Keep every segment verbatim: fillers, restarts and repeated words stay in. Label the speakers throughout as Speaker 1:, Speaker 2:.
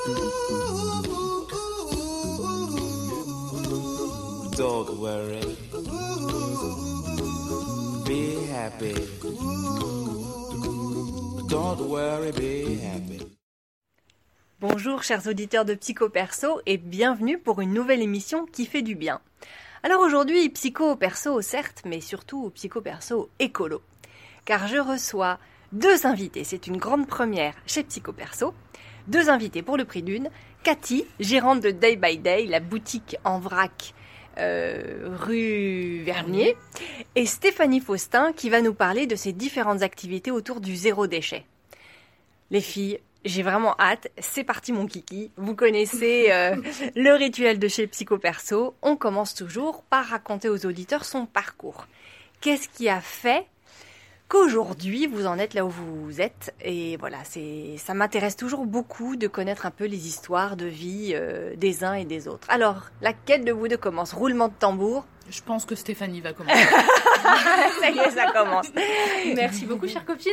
Speaker 1: Don't worry, be happy. Don't worry, be happy.
Speaker 2: Bonjour chers auditeurs de Psycho Perso et bienvenue pour une nouvelle émission qui fait du bien. Alors aujourd'hui, Psycho Perso certes, mais surtout Psycho Perso écolo. Car je reçois deux invités, c'est une grande première chez Psycho Perso. Deux invités pour le prix d'une, Cathy, gérante de Day by Day, la boutique en vrac euh, rue Vernier, et Stéphanie Faustin qui va nous parler de ses différentes activités autour du zéro déchet. Les filles, j'ai vraiment hâte, c'est parti mon kiki. Vous connaissez euh, le rituel de chez Psycho Perso. On commence toujours par raconter aux auditeurs son parcours. Qu'est-ce qui a fait qu'aujourd'hui vous en êtes là où vous êtes? Et voilà, c'est, ça m'intéresse toujours beaucoup de connaître un peu les histoires de vie euh, des uns et des autres. Alors, laquelle de vous deux commence? Roulement de tambour.
Speaker 3: Je pense que Stéphanie va commencer.
Speaker 2: Ça y est, ça commence.
Speaker 3: Merci beaucoup, chère copine.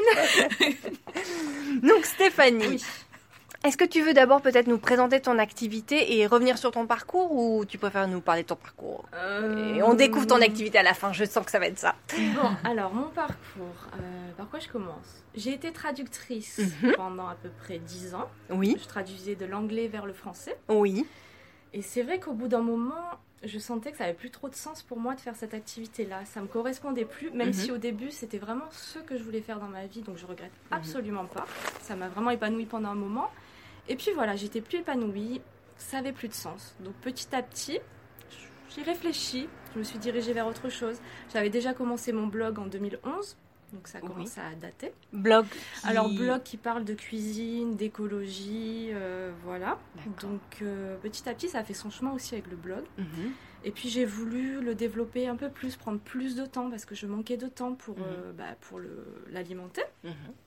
Speaker 2: Donc Stéphanie,
Speaker 3: Oui.
Speaker 2: est-ce que tu veux d'abord peut-être nous présenter ton activité et revenir sur ton parcours, ou tu préfères nous parler de ton parcours?
Speaker 3: Euh...
Speaker 2: Et on découvre ton activité à la fin, je sens que ça va être ça.
Speaker 4: Bon, alors mon parcours, euh, par quoi je commence? J'ai été traductrice
Speaker 2: Mhm.
Speaker 4: pendant à peu près dix ans.
Speaker 2: Oui,
Speaker 4: Je traduisais de l'anglais vers le français.
Speaker 2: oui.
Speaker 4: Et c'est vrai qu'au bout d'un moment, je sentais que ça avait plus trop de sens pour moi de faire cette activité-là. Ça me correspondait plus, même
Speaker 2: Mhm.
Speaker 4: si au début c'était vraiment ce que je voulais faire dans ma vie, donc je regrette
Speaker 2: Mhm.
Speaker 4: absolument pas. Ça m'a vraiment épanouie pendant un moment. Et puis voilà, j'étais plus épanouie, ça avait plus de sens. Donc petit à petit, j'y réfléchis, je me suis dirigée vers autre chose. J'avais déjà commencé mon blog en deux mille onze, donc ça commence à dater.
Speaker 2: Blog. qui-
Speaker 4: Alors blog qui parle de cuisine, d'écologie, euh, voilà.
Speaker 2: D'accord.
Speaker 4: Donc euh, petit à petit, ça a fait son chemin aussi avec le blog.
Speaker 2: Mhm.
Speaker 4: Et puis j'ai voulu le développer un peu plus, prendre plus de temps parce que je manquais de temps pour,
Speaker 2: Mhm.
Speaker 4: euh, bah, pour le, l'alimenter.
Speaker 2: Mhm.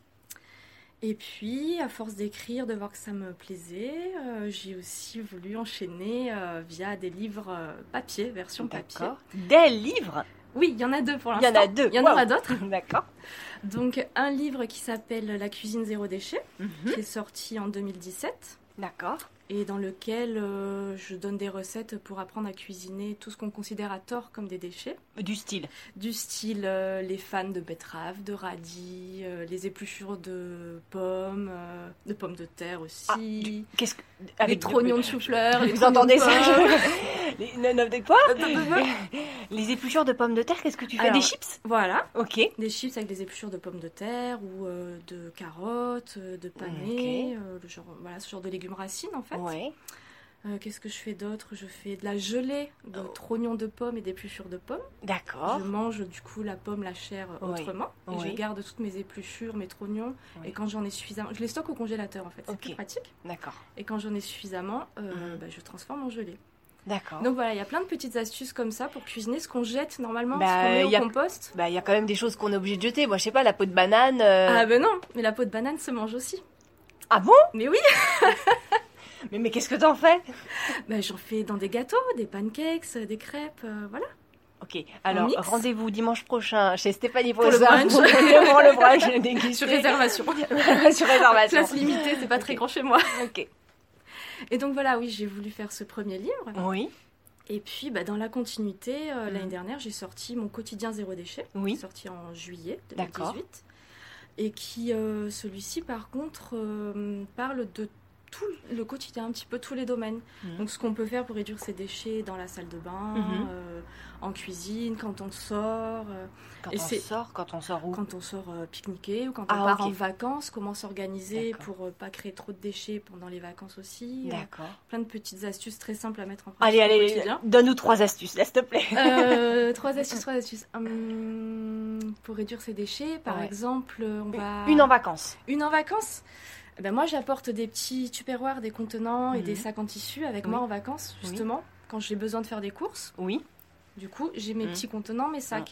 Speaker 4: Et puis, à force d'écrire, de voir que ça me plaisait, euh, j'ai aussi voulu enchaîner euh, via des livres euh, papier, version papier.
Speaker 2: D'accord. Des livres.
Speaker 4: Oui, il y en a deux pour
Speaker 2: Il y
Speaker 4: l'instant.
Speaker 2: en a deux.
Speaker 4: Il y en
Speaker 2: Wow.
Speaker 4: aura d'autres.
Speaker 2: D'accord.
Speaker 4: Donc, un livre qui s'appelle La cuisine zéro déchet,
Speaker 2: Mhm.
Speaker 4: qui est sorti en deux mille dix-sept,
Speaker 2: D'accord.
Speaker 4: et dans lequel euh, je donne des recettes pour apprendre à cuisiner tout ce qu'on considère à tort comme des déchets.
Speaker 2: Du style.
Speaker 4: Du style euh, les fans de betteraves, de radis, euh, les épluchures de pommes, euh, de pommes de terre aussi,
Speaker 2: Ah, du- Qu'est-ce que
Speaker 4: les
Speaker 2: avec
Speaker 4: trognons de chou-fleur, les
Speaker 2: Vous
Speaker 4: trognons
Speaker 2: entendez
Speaker 4: de
Speaker 2: ça?
Speaker 4: pommes.
Speaker 2: Les, non, non, de quoi? Les épluchures de pommes de terre. Qu'est-ce que tu fais?
Speaker 4: Alors,
Speaker 2: Des chips?
Speaker 4: Voilà,
Speaker 2: Ok.
Speaker 4: des chips avec des épluchures de pommes de terre ou euh, de carottes, euh, de panais, euh, le genre, voilà, ce genre de légumes racines en fait.
Speaker 2: Ouais.
Speaker 4: Euh, qu'est-ce que je fais d'autre? Je fais de la gelée de
Speaker 2: Oh.
Speaker 4: trognons de pommes et d'épluchures de pommes.
Speaker 2: D'accord.
Speaker 4: Je mange du coup la pomme, la chair euh,
Speaker 2: Oui.
Speaker 4: autrement. Et
Speaker 2: Oui.
Speaker 4: je garde toutes mes épluchures, mes trognons.
Speaker 2: Oui.
Speaker 4: Et quand j'en ai suffisamment, je les stocke au congélateur en fait, c'est
Speaker 2: Ok.
Speaker 4: plus pratique.
Speaker 2: D'accord.
Speaker 4: Et quand j'en ai suffisamment, euh,
Speaker 2: Mhm.
Speaker 4: bah, je transforme en gelée.
Speaker 2: D'accord.
Speaker 4: Donc voilà, il y a plein de petites astuces comme ça pour cuisiner ce qu'on jette normalement,
Speaker 2: Bah,
Speaker 4: ce qu'on met au
Speaker 2: y a-
Speaker 4: compost.
Speaker 2: Bah, il y a quand même des choses qu'on est obligé de jeter. Moi, je sais pas, la peau de banane. euh,
Speaker 4: Ah ben non, mais la peau de banane se mange aussi.
Speaker 2: Ah bon?
Speaker 4: Mais oui,
Speaker 2: Mais, mais qu'est-ce que t'en fais?
Speaker 4: bah, j'en fais dans des gâteaux, des pancakes, euh, des crêpes, euh, voilà.
Speaker 2: Ok, alors
Speaker 4: mixe.
Speaker 2: rendez-vous dimanche prochain chez Stéphanie
Speaker 4: Pour le
Speaker 2: Faustin
Speaker 4: brunch.
Speaker 2: pour le, pour le brunch dégusté.
Speaker 4: Sur réservation.
Speaker 2: Sur réservation.
Speaker 4: Place limitée, c'est pas très
Speaker 2: Ok.
Speaker 4: grand chez moi.
Speaker 2: Ok.
Speaker 4: Et donc voilà, oui, j'ai voulu faire ce premier livre.
Speaker 2: Oui,
Speaker 4: Et puis, bah, dans la continuité, euh,
Speaker 2: Mhm.
Speaker 4: l'année dernière, j'ai sorti mon quotidien zéro déchet,
Speaker 2: Oui.
Speaker 4: qui est sorti en juillet
Speaker 2: D'accord.
Speaker 4: deux mille dix-huit. Et qui, euh, celui-ci, par contre, euh, parle de tout le quotidien, un petit peu tous les domaines.
Speaker 2: Mhm.
Speaker 4: Donc, ce qu'on peut faire pour réduire ses déchets dans la salle de bain,
Speaker 2: Mhm.
Speaker 4: euh, en cuisine, quand on sort, euh,
Speaker 2: Quand
Speaker 4: Et
Speaker 2: on
Speaker 4: c'est-
Speaker 2: sort, quand on sort où?
Speaker 4: quand on sort euh, pique-niquer ou quand on
Speaker 2: Ah,
Speaker 4: part
Speaker 2: ok.
Speaker 4: en vacances, comment s'organiser
Speaker 2: D'accord.
Speaker 4: pour euh, pas créer trop de déchets pendant les vacances aussi. euh,
Speaker 2: D'accord.
Speaker 4: plein de petites astuces très simples à mettre en
Speaker 2: Allez,
Speaker 4: pratique au
Speaker 2: allez,
Speaker 4: quotidien.
Speaker 2: donne-nous trois astuces, là, s'il te plaît.
Speaker 4: Euh, trois astuces, trois astuces. Hum, pour réduire ses déchets, par
Speaker 2: Ouais.
Speaker 4: exemple, on va...
Speaker 2: Une en vacances.
Speaker 4: Une en vacances. Eh ben, moi, j'apporte des petits tupperwares, des contenants et
Speaker 2: Mhm.
Speaker 4: des sacs en tissu avec
Speaker 2: Oui.
Speaker 4: moi en vacances,
Speaker 2: Oui.
Speaker 4: justement, quand j'ai besoin de faire des courses.
Speaker 2: Oui.
Speaker 4: Du coup, j'ai mes
Speaker 2: Mhm.
Speaker 4: petits contenants, mes sacs.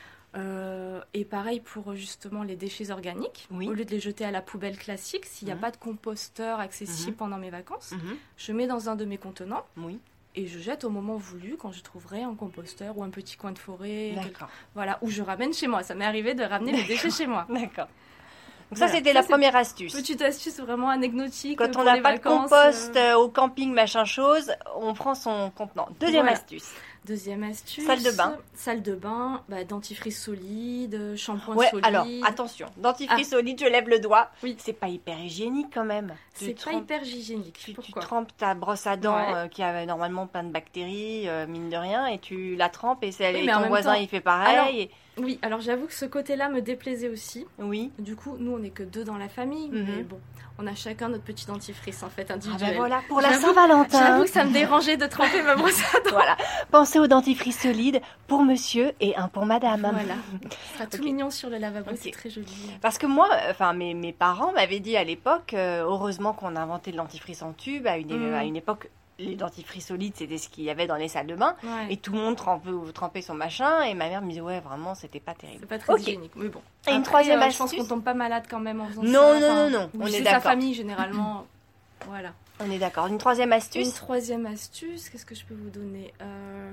Speaker 4: Euh, et pareil pour justement les déchets organiques.
Speaker 2: Oui.
Speaker 4: Au lieu de les jeter à la poubelle classique, s'il n'y a
Speaker 2: Mhm.
Speaker 4: pas de composteur accessible
Speaker 2: Mhm.
Speaker 4: pendant mes vacances,
Speaker 2: Mhm.
Speaker 4: je mets dans un de mes contenants
Speaker 2: Oui.
Speaker 4: et je jette au moment voulu quand je trouverai un composteur ou un petit coin de forêt. quelque-
Speaker 2: D'accord.
Speaker 4: Voilà, ou je ramène chez moi. Ça m'est arrivé de ramener les déchets chez moi.
Speaker 2: D'accord. Donc ça,
Speaker 4: Voilà.
Speaker 2: c'était
Speaker 4: Ça,
Speaker 2: la
Speaker 4: c'est
Speaker 2: première astuce.
Speaker 4: Petite astuce vraiment anecdotique.
Speaker 2: Quand
Speaker 4: pour
Speaker 2: on n'a
Speaker 4: les
Speaker 2: pas
Speaker 4: vacances,
Speaker 2: de compost
Speaker 4: euh,
Speaker 2: euh, au camping, machin chose, on prend son contenant. Deuxième
Speaker 4: Voilà.
Speaker 2: astuce.
Speaker 4: Deuxième astuce.
Speaker 2: Salle de bain.
Speaker 4: Salle de bain, bah, dentifrice solide, shampoing
Speaker 2: Ouais,
Speaker 4: solide.
Speaker 2: alors attention, dentifrice solide, je lève le doigt.
Speaker 4: Oui.
Speaker 2: C'est pas hyper hygiénique quand même. Tu
Speaker 4: C'est pas
Speaker 2: trempes-
Speaker 4: hyper hygiénique.
Speaker 2: Tu, tu
Speaker 4: Pourquoi
Speaker 2: trempes ta brosse à dents
Speaker 4: Ouais.
Speaker 2: euh, qui a normalement plein de bactéries, euh, mine de rien, et tu la trempes et, c'est,
Speaker 4: Oui,
Speaker 2: et
Speaker 4: mais en
Speaker 2: ton
Speaker 4: même
Speaker 2: voisin
Speaker 4: temps-
Speaker 2: il fait pareil.
Speaker 4: Alors-
Speaker 2: et-
Speaker 4: Oui, alors j'avoue que ce côté-là me déplaisait aussi.
Speaker 2: Oui.
Speaker 4: Du coup, nous, on n'est que deux dans la famille.
Speaker 2: Mhm.
Speaker 4: Mais bon, on a chacun notre petit dentifrice, en fait,
Speaker 2: Ah
Speaker 4: individuel.
Speaker 2: ben voilà, pour la
Speaker 4: J'avoue-
Speaker 2: Saint-Valentin.
Speaker 4: J'avoue que ça me dérangeait de tremper ma brosse à dents.
Speaker 2: Voilà, pensez au dentifrice solide pour monsieur et un pour madame.
Speaker 4: Voilà. Ce sera tout
Speaker 2: Ok.
Speaker 4: mignon sur le lavabo,
Speaker 2: Ok.
Speaker 4: c'est très joli.
Speaker 2: Parce que moi, enfin mes, mes parents m'avaient dit à l'époque, euh, heureusement qu'on a inventé le dentifrice en tube. À une,
Speaker 4: Mhm.
Speaker 2: à une époque, les dentifrices solides, c'était ce qu'il y avait dans les salles de bain.
Speaker 4: Ouais.
Speaker 2: Et tout le monde trempait, trempait son machin. Et ma mère me disait, ouais, vraiment, c'était pas terrible.
Speaker 4: C'est pas très
Speaker 2: Ok.
Speaker 4: hygiénique, mais bon.
Speaker 2: Et une
Speaker 4: Après,
Speaker 2: troisième
Speaker 4: euh, Je pense
Speaker 2: astuce
Speaker 4: qu'on tombe pas malade quand même en faisant
Speaker 2: Non,
Speaker 4: ça.
Speaker 2: non,
Speaker 4: Enfin,
Speaker 2: non, non, on
Speaker 4: c'est
Speaker 2: est
Speaker 4: sa
Speaker 2: d'accord.
Speaker 4: famille, généralement. Voilà.
Speaker 2: On est d'accord. Une troisième
Speaker 4: Une
Speaker 2: astuce
Speaker 4: troisième astuce, qu'est-ce que je peux vous donner Euh,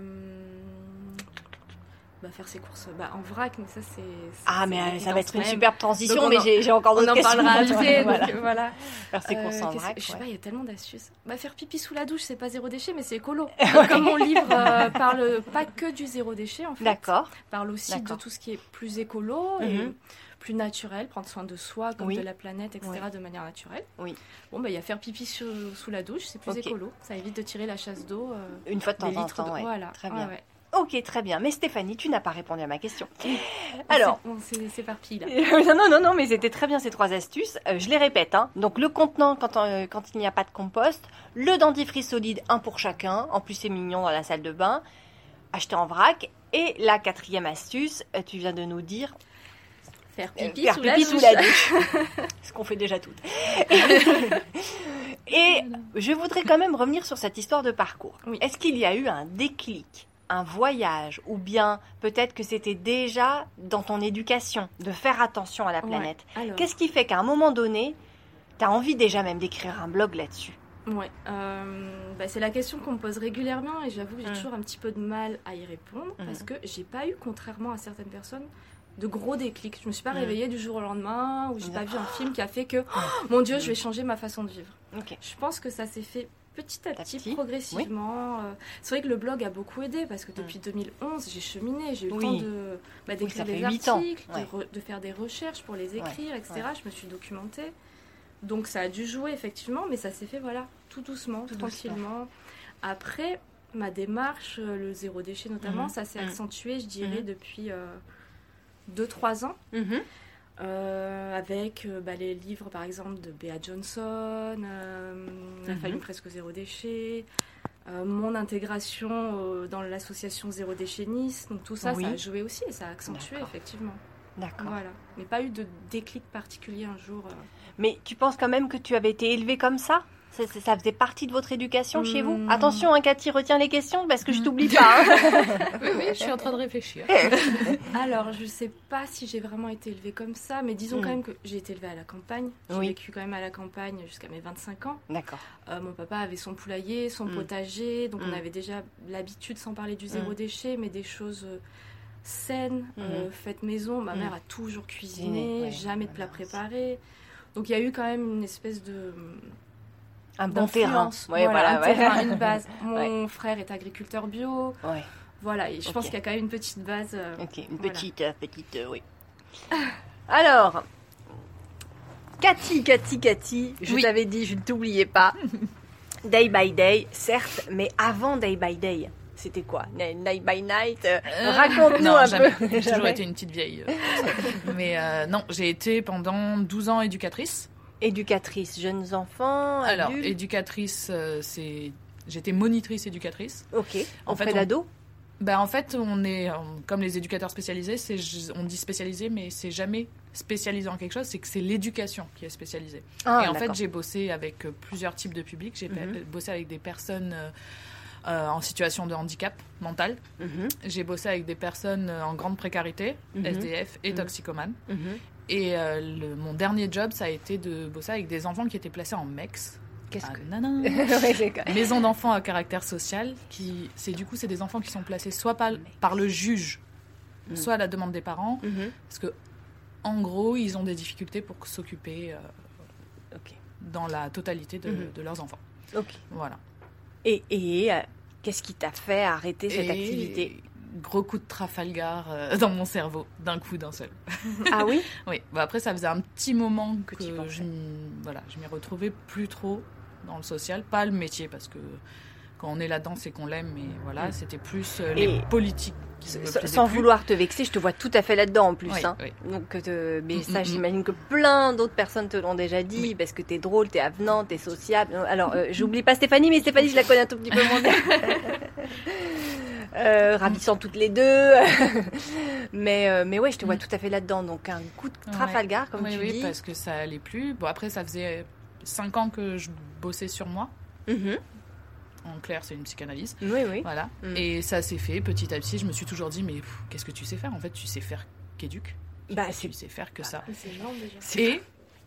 Speaker 4: bah, faire ses courses bah, en vrac, mais ça, c'est... c'est-
Speaker 2: Ah, mais
Speaker 4: c'est
Speaker 2: euh, ça va être une
Speaker 4: évident,
Speaker 2: superbe transition,
Speaker 4: Donc, on
Speaker 2: mais
Speaker 4: en-
Speaker 2: j'ai, j'ai encore
Speaker 4: On
Speaker 2: d'autres
Speaker 4: en
Speaker 2: questions.
Speaker 4: parlera
Speaker 2: pour toi.
Speaker 4: après,
Speaker 2: Voilà.
Speaker 4: donc euh, voilà.
Speaker 2: Faire ses
Speaker 4: Euh,
Speaker 2: courses en
Speaker 4: qu'est-ce
Speaker 2: vrac.
Speaker 4: que- Je sais
Speaker 2: ouais.
Speaker 4: pas, il y a tellement d'astuces. Bah, faire pipi sous la douche, c'est pas zéro déchet, mais c'est écolo. Comme mon livre euh, parle pas que du zéro déchet, en fait.
Speaker 2: D'accord.
Speaker 4: Parle aussi
Speaker 2: D'accord.
Speaker 4: de tout ce qui est plus écolo et
Speaker 2: Mhm.
Speaker 4: plus naturel, prendre soin de soi, comme
Speaker 2: Oui.
Speaker 4: de la planète, et cetera,
Speaker 2: Oui.
Speaker 4: de manière naturelle.
Speaker 2: Oui.
Speaker 4: Bon, bah, il y a faire pipi sous, sous la douche, c'est plus
Speaker 2: Ok.
Speaker 4: écolo. Ça évite de tirer la chasse d'eau. euh,
Speaker 2: Une fois de
Speaker 4: des
Speaker 2: temps en
Speaker 4: litres
Speaker 2: temps,
Speaker 4: d'eau.
Speaker 2: ouais.
Speaker 4: Voilà.
Speaker 2: Très
Speaker 4: Ouais,
Speaker 2: bien.
Speaker 4: ouais.
Speaker 2: Ok, très bien. Mais Stéphanie, tu n'as pas répondu à ma question.
Speaker 4: On
Speaker 2: Alors,
Speaker 4: s'est- on s'est s'éparpille là.
Speaker 2: non, non, non, non, mais c'était très bien ces trois astuces. Euh, je les répète. Hein. Donc, le contenant quand, euh, quand il n'y a pas de compost, le dentifrice solide, un pour chacun. En plus, c'est mignon dans la salle de bain. Acheter en vrac. Et la quatrième astuce, euh, tu viens de nous dire,
Speaker 4: Faire
Speaker 2: euh,
Speaker 4: pipi,
Speaker 2: faire
Speaker 4: sous,
Speaker 2: pipi
Speaker 4: la
Speaker 2: sous
Speaker 4: douche.
Speaker 2: la douche. Ce qu'on fait déjà toutes. Et je voudrais quand même revenir sur cette histoire de parcours.
Speaker 4: Oui.
Speaker 2: Est-ce qu'il y a eu un déclic, un voyage, ou bien peut-être que c'était déjà dans ton éducation de faire attention à la
Speaker 4: Ouais.
Speaker 2: planète?
Speaker 4: Alors,
Speaker 2: Qu'est-ce qui fait qu'à un moment donné, tu as envie déjà même d'écrire un blog là-dessus?
Speaker 4: ouais, euh, bah, c'est la question qu'on me pose régulièrement et j'avoue que j'ai
Speaker 2: Mm.
Speaker 4: toujours un petit peu de mal à y répondre
Speaker 2: Mm.
Speaker 4: parce que j'ai pas eu, contrairement à certaines personnes, de gros déclics. Je me suis pas
Speaker 2: Mm.
Speaker 4: réveillée du jour au lendemain ou j'ai
Speaker 2: Mm.
Speaker 4: pas vu un film qui a fait que oh, mon Dieu, je vais changer ma façon de vivre.
Speaker 2: Ok.
Speaker 4: Je pense que ça s'est fait petit à petit,
Speaker 2: petit,
Speaker 4: progressivement. Euh, C'est vrai que le blog a beaucoup aidé parce que depuis deux mille onze, j'ai cheminé, j'ai eu le
Speaker 2: Oui.
Speaker 4: temps de bah, d'écrire
Speaker 2: ça fait
Speaker 4: des
Speaker 2: huit ans,
Speaker 4: articles, de
Speaker 2: ouais.
Speaker 4: re- de, faire des recherches pour les écrire, et cetera. Je me suis documentée. Donc ça a dû jouer effectivement, mais ça s'est fait voilà, tout doucement,
Speaker 2: Tout
Speaker 4: tranquillement. Après, ma démarche, euh, le zéro déchet notamment,
Speaker 2: Mhm.
Speaker 4: ça s'est
Speaker 2: Mhm.
Speaker 4: accentué, je dirais,
Speaker 2: Mhm.
Speaker 4: depuis deux trois ans.
Speaker 2: Mhm.
Speaker 4: Euh, avec euh, bah, les livres par exemple de Bea Johnson, euh, La
Speaker 2: Mhm.
Speaker 4: famille presque zéro déchet, euh, mon intégration euh, dans l'association Zéro Déchet Nice, donc tout ça,
Speaker 2: Oui.
Speaker 4: ça a joué aussi et ça a accentué
Speaker 2: D'accord.
Speaker 4: effectivement.
Speaker 2: D'accord.
Speaker 4: Voilà, mais pas eu de déclic particulier un jour. euh.
Speaker 2: Mais tu penses quand même que tu avais été élevée comme ça? Ça, ça- ça faisait partie de votre éducation chez vous?
Speaker 4: Hmm.
Speaker 2: Attention, hein, Cathy, retiens les questions parce que je
Speaker 3: Hmm.
Speaker 2: t'oublie pas. hein.
Speaker 3: Oui, oui, je suis en train de réfléchir.
Speaker 4: Alors, je sais pas si j'ai vraiment été élevée comme ça, mais disons
Speaker 2: Mm.
Speaker 4: quand même que j'ai été élevée à la campagne. J'ai
Speaker 2: Oui.
Speaker 4: vécu quand même à la campagne jusqu'à mes vingt-cinq ans.
Speaker 2: D'accord.
Speaker 4: Euh, mon papa avait son poulailler, son
Speaker 2: Mm.
Speaker 4: potager, donc
Speaker 2: Mm.
Speaker 4: on avait déjà l'habitude, sans parler du zéro
Speaker 2: Mm.
Speaker 4: déchet, mais des choses euh, saines,
Speaker 2: Mm.
Speaker 4: euh, faites maison. Ma
Speaker 2: Mm.
Speaker 4: mère a toujours cuisiné,
Speaker 2: Cuisiné, ouais,
Speaker 4: jamais de plat
Speaker 2: voilà,
Speaker 4: préparé. Donc il y a eu quand même une espèce de
Speaker 2: Un bon terrain.
Speaker 4: d'influence.
Speaker 2: Ouais, voilà,
Speaker 4: un
Speaker 2: ouais.
Speaker 4: terrain, une base. Mon frère est agriculteur bio.
Speaker 2: Ouais.
Speaker 4: Voilà, et je
Speaker 2: Ok.
Speaker 4: pense qu'il y a quand même une petite base. euh,
Speaker 2: Ok, une
Speaker 4: Voilà.
Speaker 2: petite, euh, petite, euh, oui. Alors, Cathy, Cathy, Cathy, je
Speaker 3: Oui.
Speaker 2: t'avais dit, je ne t'oubliais pas. Day by day, certes, mais avant Day by day, c'était quoi? Night by night euh,
Speaker 3: Euh,
Speaker 2: Raconte-nous
Speaker 3: non,
Speaker 2: un
Speaker 3: jamais.
Speaker 2: peu.
Speaker 3: J'ai toujours
Speaker 2: Jamais.
Speaker 3: été une petite vieille. euh, pour ça. Mais euh, non, j'ai été pendant douze ans éducatrice.
Speaker 2: Éducatrice, jeunes enfants,
Speaker 3: Alors,
Speaker 2: adultes.
Speaker 3: éducatrice, euh, c'est... J'étais monitrice éducatrice.
Speaker 2: Ok,
Speaker 3: En
Speaker 2: auprès
Speaker 3: fait, on-
Speaker 2: d'ados.
Speaker 3: Ben, en fait, on est, euh, comme les éducateurs spécialisés, c'est, on dit spécialisé, mais c'est jamais spécialisé en quelque chose, c'est que c'est l'éducation qui est spécialisée.
Speaker 2: Ah,
Speaker 3: Et en fait,
Speaker 2: d'accord.
Speaker 3: j'ai bossé avec euh, plusieurs types de publics. J'ai
Speaker 2: Mhm.
Speaker 3: pe- bossé avec des personnes euh, euh, en situation de handicap mental.
Speaker 2: Mhm,
Speaker 3: J'ai bossé avec des personnes euh, en grande précarité,
Speaker 2: Mhm.
Speaker 3: S D F et
Speaker 2: Mhm.
Speaker 3: toxicomanes.
Speaker 2: mhm.
Speaker 3: Et euh, le- mon dernier job, ça a été de bosser avec des enfants qui étaient placés en M E X.
Speaker 2: Qu'est-ce
Speaker 3: Ah,
Speaker 2: que...
Speaker 3: nanan.
Speaker 2: Ouais, c'est quoi.
Speaker 3: Maison d'enfants à caractère social, qui, c'est du coup, c'est des enfants qui sont placés soit par, par le juge,
Speaker 2: Mhm.
Speaker 3: soit à la demande des parents,
Speaker 2: Mhm.
Speaker 3: parce que En gros, ils ont des difficultés pour s'occuper euh,
Speaker 2: Ok.
Speaker 3: dans la totalité de,
Speaker 2: Mhm.
Speaker 3: de leurs enfants.
Speaker 2: Ok.
Speaker 3: Voilà.
Speaker 2: Et, et euh, qu'est-ce qui t'a fait arrêter cette
Speaker 3: Et
Speaker 2: activité?
Speaker 3: gros coup de Trafalgar euh, dans mon cerveau, d'un coup, d'un seul.
Speaker 2: Ah oui?
Speaker 3: Oui, bon, après, ça faisait un petit moment
Speaker 2: Que
Speaker 3: que,
Speaker 2: tu y pensais.
Speaker 3: je, m'y- voilà, je m'y retrouvais plus trop dans le social. Pas le métier, parce que quand on est là-dedans, c'est qu'on l'aime, mais voilà,
Speaker 2: Mm.
Speaker 3: c'était plus euh,
Speaker 2: Et
Speaker 3: les politiques qui me
Speaker 2: Sans,
Speaker 3: plaisaient
Speaker 2: sans
Speaker 3: plus.
Speaker 2: vouloir te vexer, je te vois tout à fait là-dedans en plus.
Speaker 3: Oui,
Speaker 2: hein.
Speaker 3: oui.
Speaker 2: Donc, euh, mais
Speaker 3: Mm,
Speaker 2: ça,
Speaker 3: mm,
Speaker 2: j'imagine que plein d'autres personnes te l'ont déjà dit,
Speaker 3: Oui.
Speaker 2: parce que t'es drôle, t'es avenante, t'es sociable. Alors, euh, j'oublie pas Stéphanie, mais Stéphanie, je la connais un tout petit peu moins bien. Euh, ravissant toutes les deux. mais, euh, mais ouais, je te vois
Speaker 3: Mm.
Speaker 2: tout à fait là-dedans. Donc, un coup de
Speaker 3: Ouais.
Speaker 2: Trafalgar, comme
Speaker 3: oui,
Speaker 2: tu
Speaker 3: oui,
Speaker 2: dis.
Speaker 3: parce que ça allait plus. Bon, après, ça faisait cinq ans que je bossais sur moi.
Speaker 2: Mhm.
Speaker 3: En clair, c'est une psychanalyse.
Speaker 2: Oui, oui.
Speaker 3: Voilà.
Speaker 2: Mm.
Speaker 3: Et ça s'est fait petit à petit. Je me suis toujours dit, mais pff, qu'est-ce que tu sais faire? En fait, tu sais faire qu'éduque.
Speaker 2: Bah, c'est
Speaker 3: Tu sais faire que ça.
Speaker 4: Mais c'est énorme déjà.
Speaker 2: c'est-
Speaker 3: Et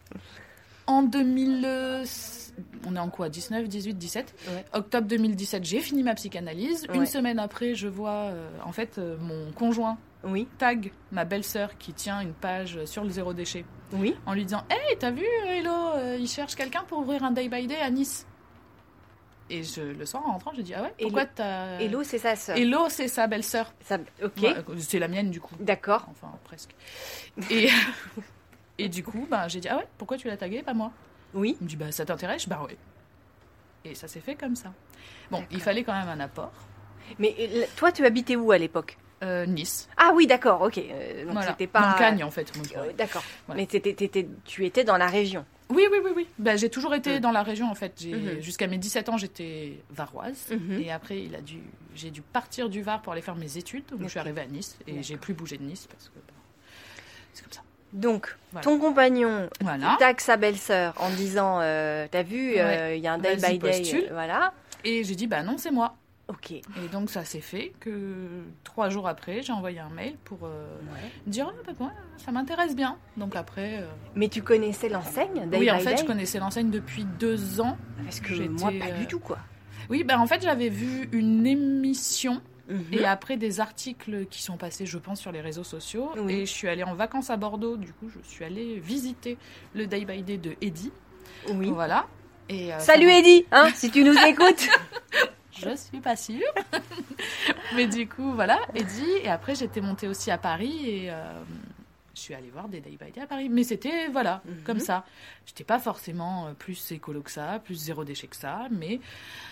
Speaker 3: en deux mille, euh, on est en quoi, dix-neuf, dix-huit, dix-sept,
Speaker 2: Ouais.
Speaker 3: octobre deux mille dix-sept, j'ai fini ma psychanalyse.
Speaker 2: Ouais.
Speaker 3: Une semaine après, je vois, euh, en fait, euh, mon conjoint
Speaker 2: Oui,
Speaker 3: tag ma belle-sœur qui tient une page sur le zéro déchet
Speaker 2: oui.
Speaker 3: en lui disant, hey, t'as vu, Hello, euh, il cherche quelqu'un pour ouvrir un day by day à Nice. Et je, le soir, en rentrant, je dis, ah ouais, pourquoi
Speaker 2: Hello-
Speaker 3: t'as...
Speaker 2: Hello, c'est sa sœur.
Speaker 3: Hello, c'est sa belle-sœur.
Speaker 2: Ça... Ok,
Speaker 3: Moi, c'est la mienne, du coup.
Speaker 2: d'accord.
Speaker 3: Enfin, presque. Et, et du coup, bah, j'ai dit, ah ouais, pourquoi tu l'as tagué, pas moi?
Speaker 2: Oui.
Speaker 3: Il me dit, bah, ça t'intéresse? Bah ouais. Et ça s'est fait comme ça. Bon, il
Speaker 2: D'accord.
Speaker 3: fallait quand même un apport.
Speaker 2: Mais euh, toi, tu habitais où à l'époque?
Speaker 3: Euh, Nice.
Speaker 2: Ah oui, d'accord, ok. Euh, donc
Speaker 3: Voilà.
Speaker 2: c'était pas.
Speaker 3: Moncagne, en fait.
Speaker 2: Euh,
Speaker 3: Moncagne.
Speaker 2: d'accord.
Speaker 3: Voilà.
Speaker 2: Mais t'étais- t'étais- tu étais dans la région.
Speaker 3: Oui, oui, oui, oui. Bah, j'ai toujours été
Speaker 2: Mm.
Speaker 3: dans la région, en fait. J'ai-
Speaker 2: Mhm.
Speaker 3: Jusqu'à mes dix-sept ans, j'étais varoise.
Speaker 2: Mhm.
Speaker 3: Et après, il a dû... j'ai dû partir du Var pour aller faire mes études. Donc, je suis
Speaker 2: Ok.
Speaker 3: arrivée à Nice. Et
Speaker 2: D'accord.
Speaker 3: j'ai plus bougé de Nice parce que bah, c'est comme ça.
Speaker 2: Donc,
Speaker 3: Voilà.
Speaker 2: ton compagnon
Speaker 3: Voilà.
Speaker 2: tague sa belle-sœur en disant euh, t'as vu, euh,
Speaker 3: Ouais.
Speaker 2: il y a un day
Speaker 3: Vas-y,
Speaker 2: by day.
Speaker 3: postule.
Speaker 2: euh, voilà.
Speaker 3: Et j'ai dit, bah non, c'est moi.
Speaker 2: Ok.
Speaker 3: Et donc, ça s'est fait que trois jours après, j'ai envoyé un mail pour euh, dire, ah, bah, moi, ça m'intéresse bien. Donc après... euh,
Speaker 2: Mais tu connaissais l'enseigne, day
Speaker 3: Oui,
Speaker 2: by
Speaker 3: en fait,
Speaker 2: day
Speaker 3: je connaissais l'enseigne depuis deux ans.
Speaker 2: Parce que
Speaker 3: j'étais,
Speaker 2: moi, pas
Speaker 3: euh,
Speaker 2: du tout, quoi.
Speaker 3: Oui, ben en fait, j'avais vu une émission
Speaker 2: Mhm.
Speaker 3: et après des articles qui sont passés, je pense, sur les réseaux sociaux.
Speaker 2: Oui.
Speaker 3: Et je suis allée en vacances à Bordeaux. Du coup, je suis allée visiter le Day by Day de Eddy.
Speaker 2: Oui.
Speaker 3: Voilà. Et, euh,
Speaker 2: Salut
Speaker 3: ça-
Speaker 2: Eddy, hein, si tu nous écoutes.
Speaker 3: Je suis pas sûre. Mais du coup, voilà, Eddy. Et après, j'étais montée aussi à Paris et... euh, je suis allée voir des Day by Day à Paris. Mais c'était, voilà,
Speaker 2: Mhm.
Speaker 3: comme ça. J'étais pas forcément euh, plus écolo que ça, plus zéro déchet que ça, mais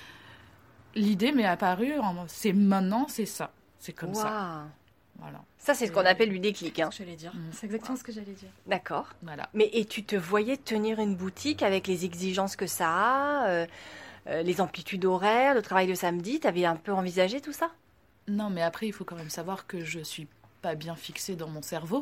Speaker 3: l'idée m'est apparue, en- c'est maintenant, c'est ça. C'est comme ça.
Speaker 2: Waouh.
Speaker 3: Voilà.
Speaker 2: Ça, c'est ce qu'on appelle du déclic. Hein.
Speaker 4: C'est ce que j'allais dire.
Speaker 3: Mm.
Speaker 4: C'est exactement ce que j'allais dire.
Speaker 2: D'accord.
Speaker 3: Voilà.
Speaker 2: Mais et tu te voyais tenir une boutique avec les exigences que ça a, euh, euh, les amplitudes horaires, le travail de samedi, t'avais un peu envisagé tout ça?
Speaker 3: Non, mais après, il faut quand même savoir que je suis pas bien fixée dans mon cerveau.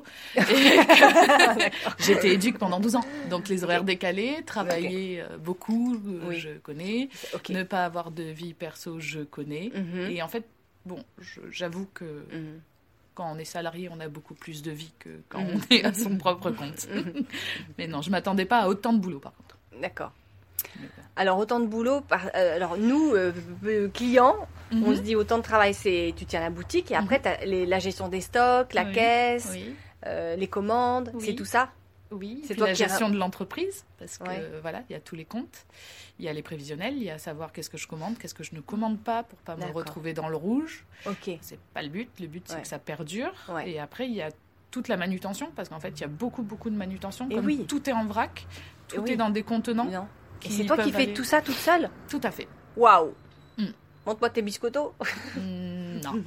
Speaker 3: J'étais éduque pendant douze ans. Donc, les horaires décalés, travailler euh, beaucoup, euh,
Speaker 2: Oui.
Speaker 3: je connais.
Speaker 2: Ok.
Speaker 3: Ne pas avoir de vie perso, je connais.
Speaker 2: Mhm.
Speaker 3: Et en fait, bon, je- j'avoue que
Speaker 2: Mhm.
Speaker 3: quand on est salarié, on a beaucoup plus de vie que quand
Speaker 2: Mhm.
Speaker 3: on est à son propre compte.
Speaker 2: Mhm.
Speaker 3: Mais non, je m'attendais pas à autant de boulot, par contre.
Speaker 2: D'accord.
Speaker 3: Mais bon.
Speaker 2: Alors autant de boulot. Par, euh, alors nous, euh, euh, clients, on
Speaker 3: Mhm.
Speaker 2: se dit autant de travail, c'est tu tiens la boutique et après t'as les- la gestion des stocks, la
Speaker 3: Oui.
Speaker 2: caisse,
Speaker 3: Oui.
Speaker 2: euh, les commandes,
Speaker 3: Oui.
Speaker 2: c'est tout ça.
Speaker 3: Oui,
Speaker 2: C'est
Speaker 3: c'est
Speaker 2: toi
Speaker 3: la
Speaker 2: qui
Speaker 3: gestion de l'entreprise, parce que
Speaker 2: Ouais.
Speaker 3: euh, voilà, il y a tous les comptes, il y a les prévisionnels, il y a savoir qu'est-ce que je commande, qu'est-ce que je ne commande pas pour pas me
Speaker 2: D'accord.
Speaker 3: retrouver dans le rouge.
Speaker 2: Ok.
Speaker 3: C'est pas le but, le but c'est
Speaker 2: Ouais.
Speaker 3: que ça perdure.
Speaker 2: Ouais.
Speaker 3: Et après il y a toute la manutention, parce qu'en fait il y a beaucoup beaucoup de manutention,
Speaker 2: Et
Speaker 3: comme
Speaker 2: oui.
Speaker 3: tout est en vrac, tout
Speaker 2: oui.
Speaker 3: est dans des contenants.
Speaker 2: Non. Et
Speaker 3: qui
Speaker 2: c'est toi qui
Speaker 3: peuvent
Speaker 2: fais
Speaker 3: aller-
Speaker 2: tout ça toute seule?
Speaker 3: Tout à fait.
Speaker 2: Waouh.
Speaker 3: Mm.
Speaker 2: Montre-moi tes biscottos.
Speaker 3: Mm, non.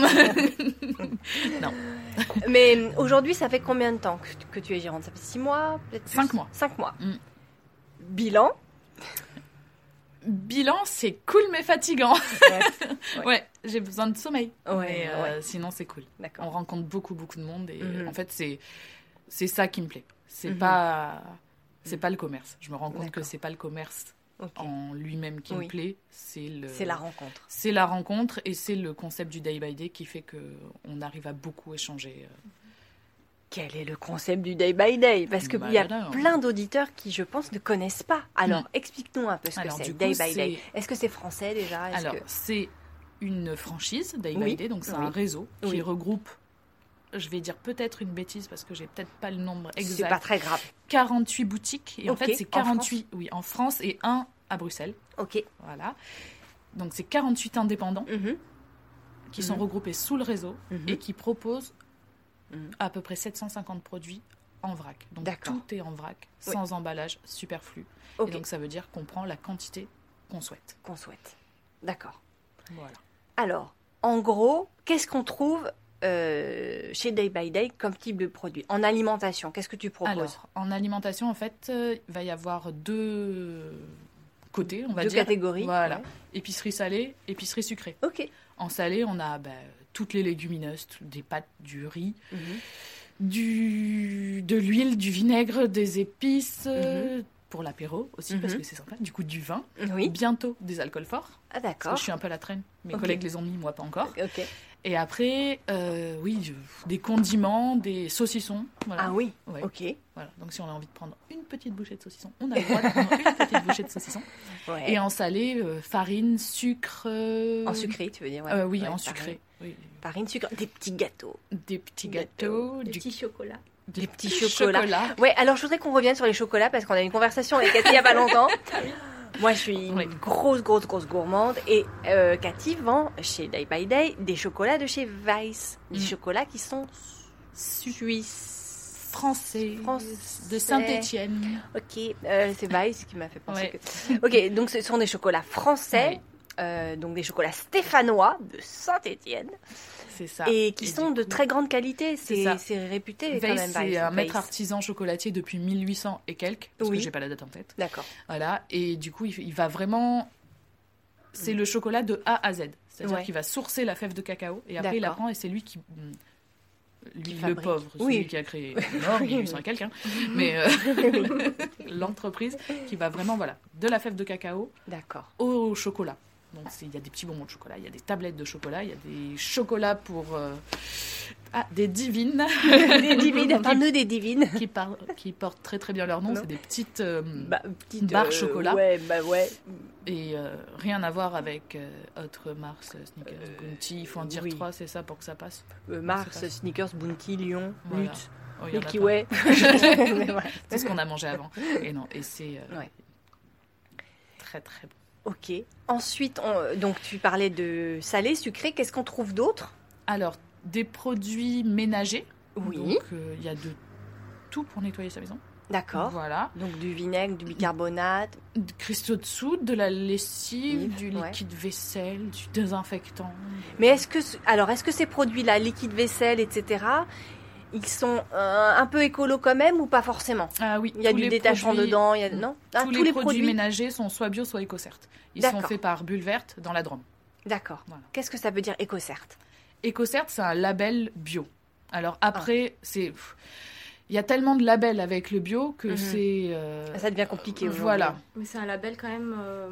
Speaker 3: non.
Speaker 2: Mais euh, aujourd'hui, ça fait combien de temps que, que tu es gérante? Ça fait six mois, peut-être plus?
Speaker 3: Cinq mois.
Speaker 2: Cinq mois.
Speaker 3: Mm.
Speaker 2: Bilan.
Speaker 3: Bilan, c'est cool mais fatigant.
Speaker 2: Ouais.
Speaker 3: Ouais, j'ai besoin de sommeil.
Speaker 2: Ouais,
Speaker 3: mais euh,
Speaker 2: ouais.
Speaker 3: sinon c'est cool. On
Speaker 2: D'accord.
Speaker 3: rencontre beaucoup beaucoup de monde et
Speaker 2: Mhm.
Speaker 3: en fait c'est c'est ça qui me plaît. C'est
Speaker 2: Mhm.
Speaker 3: pas c'est pas le commerce. Je me rends compte que
Speaker 2: D'accord.
Speaker 3: c'est pas le commerce
Speaker 2: Ok.
Speaker 3: en lui-même qui
Speaker 2: Oui.
Speaker 3: me plaît, c'est le
Speaker 2: C'est la rencontre.
Speaker 3: c'est la rencontre et c'est le concept du day by day qui fait que on arrive à beaucoup échanger.
Speaker 2: Quel est le concept du day by day? Parce qu'il
Speaker 3: Bah,
Speaker 2: y a
Speaker 3: voilà.
Speaker 2: plein d'auditeurs qui, je pense, ne connaissent pas. Alors,
Speaker 3: Non.
Speaker 2: explique-nous un peu ce
Speaker 3: Alors,
Speaker 2: que c'est,
Speaker 3: du
Speaker 2: day
Speaker 3: coup,
Speaker 2: by day.
Speaker 3: c'est-
Speaker 2: Est-ce que c'est français déjà? Est-ce
Speaker 3: Alors,
Speaker 2: que...
Speaker 3: c'est une franchise day
Speaker 2: Oui.
Speaker 3: by day, donc c'est
Speaker 2: Oui.
Speaker 3: un réseau qui
Speaker 2: Oui.
Speaker 3: regroupe je vais dire peut-être une bêtise parce que j'ai peut-être pas le nombre exact.
Speaker 2: C'est pas très grave.
Speaker 3: quarante-huit boutiques. Et en
Speaker 2: Ok,
Speaker 3: fait, c'est
Speaker 2: en
Speaker 3: quarante-huit, oui, en France et un à Bruxelles.
Speaker 2: Ok.
Speaker 3: Voilà. Donc, c'est quarante-huit indépendants
Speaker 2: Mhm.
Speaker 3: qui
Speaker 2: Mhm.
Speaker 3: sont regroupés sous le réseau
Speaker 2: Mhm.
Speaker 3: et qui proposent
Speaker 2: Mhm.
Speaker 3: à peu près sept cent cinquante produits en vrac. Donc,
Speaker 2: D'accord.
Speaker 3: tout est en vrac,
Speaker 2: Oui.
Speaker 3: sans emballage, superflu.
Speaker 2: Ok.
Speaker 3: Et donc, ça veut dire qu'on prend la quantité qu'on souhaite.
Speaker 2: Qu'on souhaite. D'accord.
Speaker 3: Voilà.
Speaker 2: Alors, en gros, qu'est-ce qu'on trouve euh, chez Day by Day comme type de produit? En alimentation, qu'est-ce que tu proposes?
Speaker 3: Alors, en alimentation, en fait, euh, il va y avoir deux côtés, on va
Speaker 2: Deux
Speaker 3: dire.
Speaker 2: catégories.
Speaker 3: Voilà.
Speaker 2: Ouais.
Speaker 3: Épicerie salée, épicerie sucrée.
Speaker 2: Ok.
Speaker 3: En salé, on a bah, toutes les légumineuses, tout- des pâtes, du riz,
Speaker 2: Mhm.
Speaker 3: du, de l'huile, du vinaigre, des épices,
Speaker 2: Mhm.
Speaker 3: euh, pour l'apéro aussi, parce
Speaker 2: Mhm.
Speaker 3: que c'est sympa. Du coup, du vin.
Speaker 2: Oui.
Speaker 3: Bientôt, des alcools forts.
Speaker 2: Ah,
Speaker 3: Parce
Speaker 2: d'accord.
Speaker 3: que je suis un peu à la traîne. Mes
Speaker 2: Ok.
Speaker 3: collègues les ont mis, moi pas encore.
Speaker 2: Ok.
Speaker 3: Et après, euh, oui, je- des condiments, des saucissons. Voilà.
Speaker 2: Ah oui.
Speaker 3: Ouais.
Speaker 2: Ok.
Speaker 3: Voilà. Donc, si on a envie de prendre une petite bouchée de saucisson, on a le droit de prendre une petite bouchée de saucisson.
Speaker 2: Ouais.
Speaker 3: Et en salé, euh, farine, sucre. euh,
Speaker 2: En sucré, tu veux dire? ouais.
Speaker 3: euh, Oui,
Speaker 2: Ouais,
Speaker 3: en
Speaker 2: farine.
Speaker 3: sucré. Oui.
Speaker 2: Farine, sucre, des petits gâteaux.
Speaker 3: Des petits gâteaux,
Speaker 4: Des
Speaker 3: du
Speaker 4: petits chocolats.
Speaker 2: Des petits chocolats.
Speaker 3: chocolat.
Speaker 2: Ouais, alors je voudrais qu'on revienne sur les chocolats parce qu'on a eu une conversation avec Cathy il n'y a pas longtemps. Moi, je suis une
Speaker 3: Oui.
Speaker 2: grosse, grosse, grosse gourmande et euh, Cathy vend chez Day by Day des chocolats de chez Weiss. Des
Speaker 3: Mm.
Speaker 2: chocolats qui sont suisses.
Speaker 3: Français,
Speaker 2: Français.
Speaker 3: de Saint-Étienne.
Speaker 2: Ok, euh, c'est Weiss qui m'a fait penser
Speaker 3: Ouais.
Speaker 2: que... Ok, donc ce sont des chocolats français,
Speaker 3: Oui.
Speaker 2: euh, donc des chocolats stéphanois de Saint-Étienne
Speaker 3: C'est ça.
Speaker 2: et qui
Speaker 3: Et
Speaker 2: sont
Speaker 3: du
Speaker 2: de
Speaker 3: coup,
Speaker 2: très grande qualité.
Speaker 3: C'est
Speaker 2: C'est
Speaker 3: ça.
Speaker 2: c'est réputé quand
Speaker 3: Weiss,
Speaker 2: même.
Speaker 3: c'est
Speaker 2: Weiss.
Speaker 3: un maître
Speaker 2: Weiss.
Speaker 3: artisan chocolatier depuis mille huit cents et quelques, parce
Speaker 2: Oui.
Speaker 3: que j'ai pas la date en tête.
Speaker 2: D'accord.
Speaker 3: Voilà, et du coup, il, il va vraiment... C'est le chocolat de A à Z. C'est-à-dire
Speaker 2: Ouais.
Speaker 3: qu'il va sourcer la fève de cacao, et après il la
Speaker 2: D'accord.
Speaker 3: prend, et c'est lui qui... Lui,
Speaker 2: Qui
Speaker 3: le
Speaker 2: fabrique.
Speaker 3: pauvre, c'est
Speaker 2: Oui.
Speaker 3: lui qui a créé, mort, mille huit cents et quelques, hein. Mais euh, l'entreprise qui va vraiment, voilà, de la fève de cacao
Speaker 2: D'accord.
Speaker 3: au chocolat. Donc c'est- il y a des petits bonbons de chocolat, il y a des tablettes de chocolat, il y a des chocolats pour... euh, Ah, des divines
Speaker 2: Des divines, parle-nous des divines.
Speaker 3: qui, par- qui portent très très bien leur nom.
Speaker 2: Non.
Speaker 3: C'est des petites... euh,
Speaker 2: Bah, petite
Speaker 3: Barre
Speaker 2: euh,
Speaker 3: chocolat.
Speaker 2: Ouais, bah ouais.
Speaker 3: Et euh, rien à voir avec euh, autre Mars, Snickers, Bounty. Il faut en dire
Speaker 2: oui.
Speaker 3: trois, c'est ça, pour que ça passe.
Speaker 2: Euh, Mars,
Speaker 3: C'est pas-
Speaker 2: Snickers, Bounty, Lion,
Speaker 3: Voilà.
Speaker 2: Lutte,
Speaker 3: Oh, il y en a
Speaker 2: Milky
Speaker 3: plein.
Speaker 2: Way. Mais voilà.
Speaker 3: C'est ce qu'on a mangé avant. Et non, et c'est euh,
Speaker 2: Ouais.
Speaker 3: très très bon.
Speaker 2: Ok. Ensuite, on- donc tu parlais de salé, sucré. Qu'est-ce qu'on trouve d'autre?
Speaker 3: Alors, des produits ménagers.
Speaker 2: Oui.
Speaker 3: Donc, euh, il y a de tout pour nettoyer sa maison.
Speaker 2: D'accord.
Speaker 3: Voilà.
Speaker 2: Donc du vinaigre, du bicarbonate.
Speaker 3: De cristaux de soude, de la lessive,
Speaker 2: Yves,
Speaker 3: du
Speaker 2: ouais.
Speaker 3: liquide vaisselle, du désinfectant.
Speaker 2: Mais est-ce que, ce- alors, est-ce que ces produits-là, liquide vaisselle, et cetera, ils sont euh, un peu écolos quand même ou pas forcément?
Speaker 3: Ah oui,
Speaker 2: Il y a
Speaker 3: tous
Speaker 2: du
Speaker 3: les
Speaker 2: détachement
Speaker 3: produits-
Speaker 2: dedans, il y a non Ah,
Speaker 3: tous, les, produits, ménagers sont soit bio, soit écocert. Ils sont
Speaker 2: D'accord.
Speaker 3: faits par Bulle Verte dans la Drôme.
Speaker 2: D'accord.
Speaker 3: Voilà.
Speaker 2: Qu'est-ce que ça veut dire écocert?
Speaker 3: EcoCert, c'est un label bio. Alors après, c'est... pff, il y a tellement de labels avec le bio que
Speaker 2: Mhm.
Speaker 3: c'est... euh,
Speaker 2: Ça devient compliqué aujourd'hui.
Speaker 3: Voilà.
Speaker 4: Mais c'est un label quand même euh,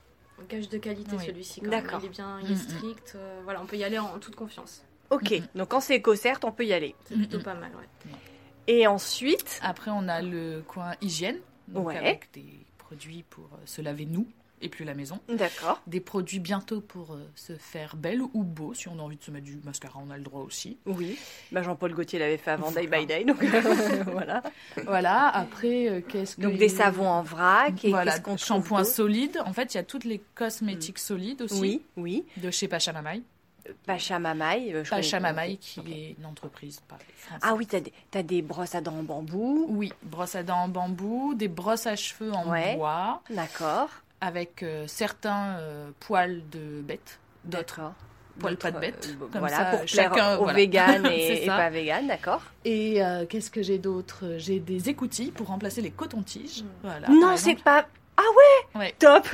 Speaker 4: gage de qualité
Speaker 3: Oui.
Speaker 4: celui-ci. Quand même.
Speaker 2: D'accord.
Speaker 4: Il est bien, il est
Speaker 3: Mm, mm.
Speaker 4: strict. euh, voilà, on peut y aller en, en toute confiance.
Speaker 2: Ok.
Speaker 3: Mhm.
Speaker 2: Donc quand c'est écocert, on peut y aller.
Speaker 4: C'est plutôt
Speaker 3: Mm, mm.
Speaker 4: pas mal, ouais.
Speaker 2: Et ensuite,
Speaker 3: Après, on a le coin hygiène, donc
Speaker 2: Ouais.
Speaker 3: avec des produits pour euh, se laver nous et plus la maison.
Speaker 2: d'accord.
Speaker 3: Des produits bientôt pour euh, se faire belle ou beau. Si on a envie de se mettre du mascara, on a le droit aussi.
Speaker 2: Oui. Bah, Jean-Paul Gaultier l'avait fait avant Day
Speaker 3: Voilà.
Speaker 2: by Day, donc voilà.
Speaker 3: Voilà, après, euh, qu'est-ce que...
Speaker 2: Donc des savons en vrac et
Speaker 3: Voilà,
Speaker 2: qu'est-ce qu'on trouve
Speaker 3: shampoing
Speaker 2: d'autre?
Speaker 3: solides. En fait, il y a toutes les cosmétiques solides aussi.
Speaker 2: Oui, oui.
Speaker 3: De chez Pachamamaï.
Speaker 2: Pacha Mamaï. euh, je connais-
Speaker 3: Pachamamaï, qui
Speaker 2: Ok.
Speaker 3: est une entreprise pareil, française.
Speaker 2: Ah oui, t'as des, t'as des brosses à dents en bambou.
Speaker 3: Oui, brosse à dents en bambou, des brosses à cheveux en
Speaker 2: Ouais.
Speaker 3: bois,
Speaker 2: D'accord.
Speaker 3: avec euh, certains euh, poils de bête, d'autres
Speaker 2: D'accord.
Speaker 3: poils pas de
Speaker 2: D'autres,
Speaker 3: bête.
Speaker 2: euh,
Speaker 3: Comme
Speaker 2: voilà,
Speaker 3: ça,
Speaker 2: pour plaire
Speaker 3: chacun,
Speaker 2: aux
Speaker 3: voilà.
Speaker 2: véganes
Speaker 3: C'est
Speaker 2: et, et
Speaker 3: ça.
Speaker 2: pas véganes, d'accord.
Speaker 3: Et euh, qu'est-ce que j'ai d'autre? J'ai des écoutilles pour remplacer les cotons-tiges. Voilà,
Speaker 2: non,
Speaker 3: par
Speaker 2: c'est
Speaker 3: exemple.
Speaker 2: pas... Ah ouais,
Speaker 3: Ouais.
Speaker 2: top.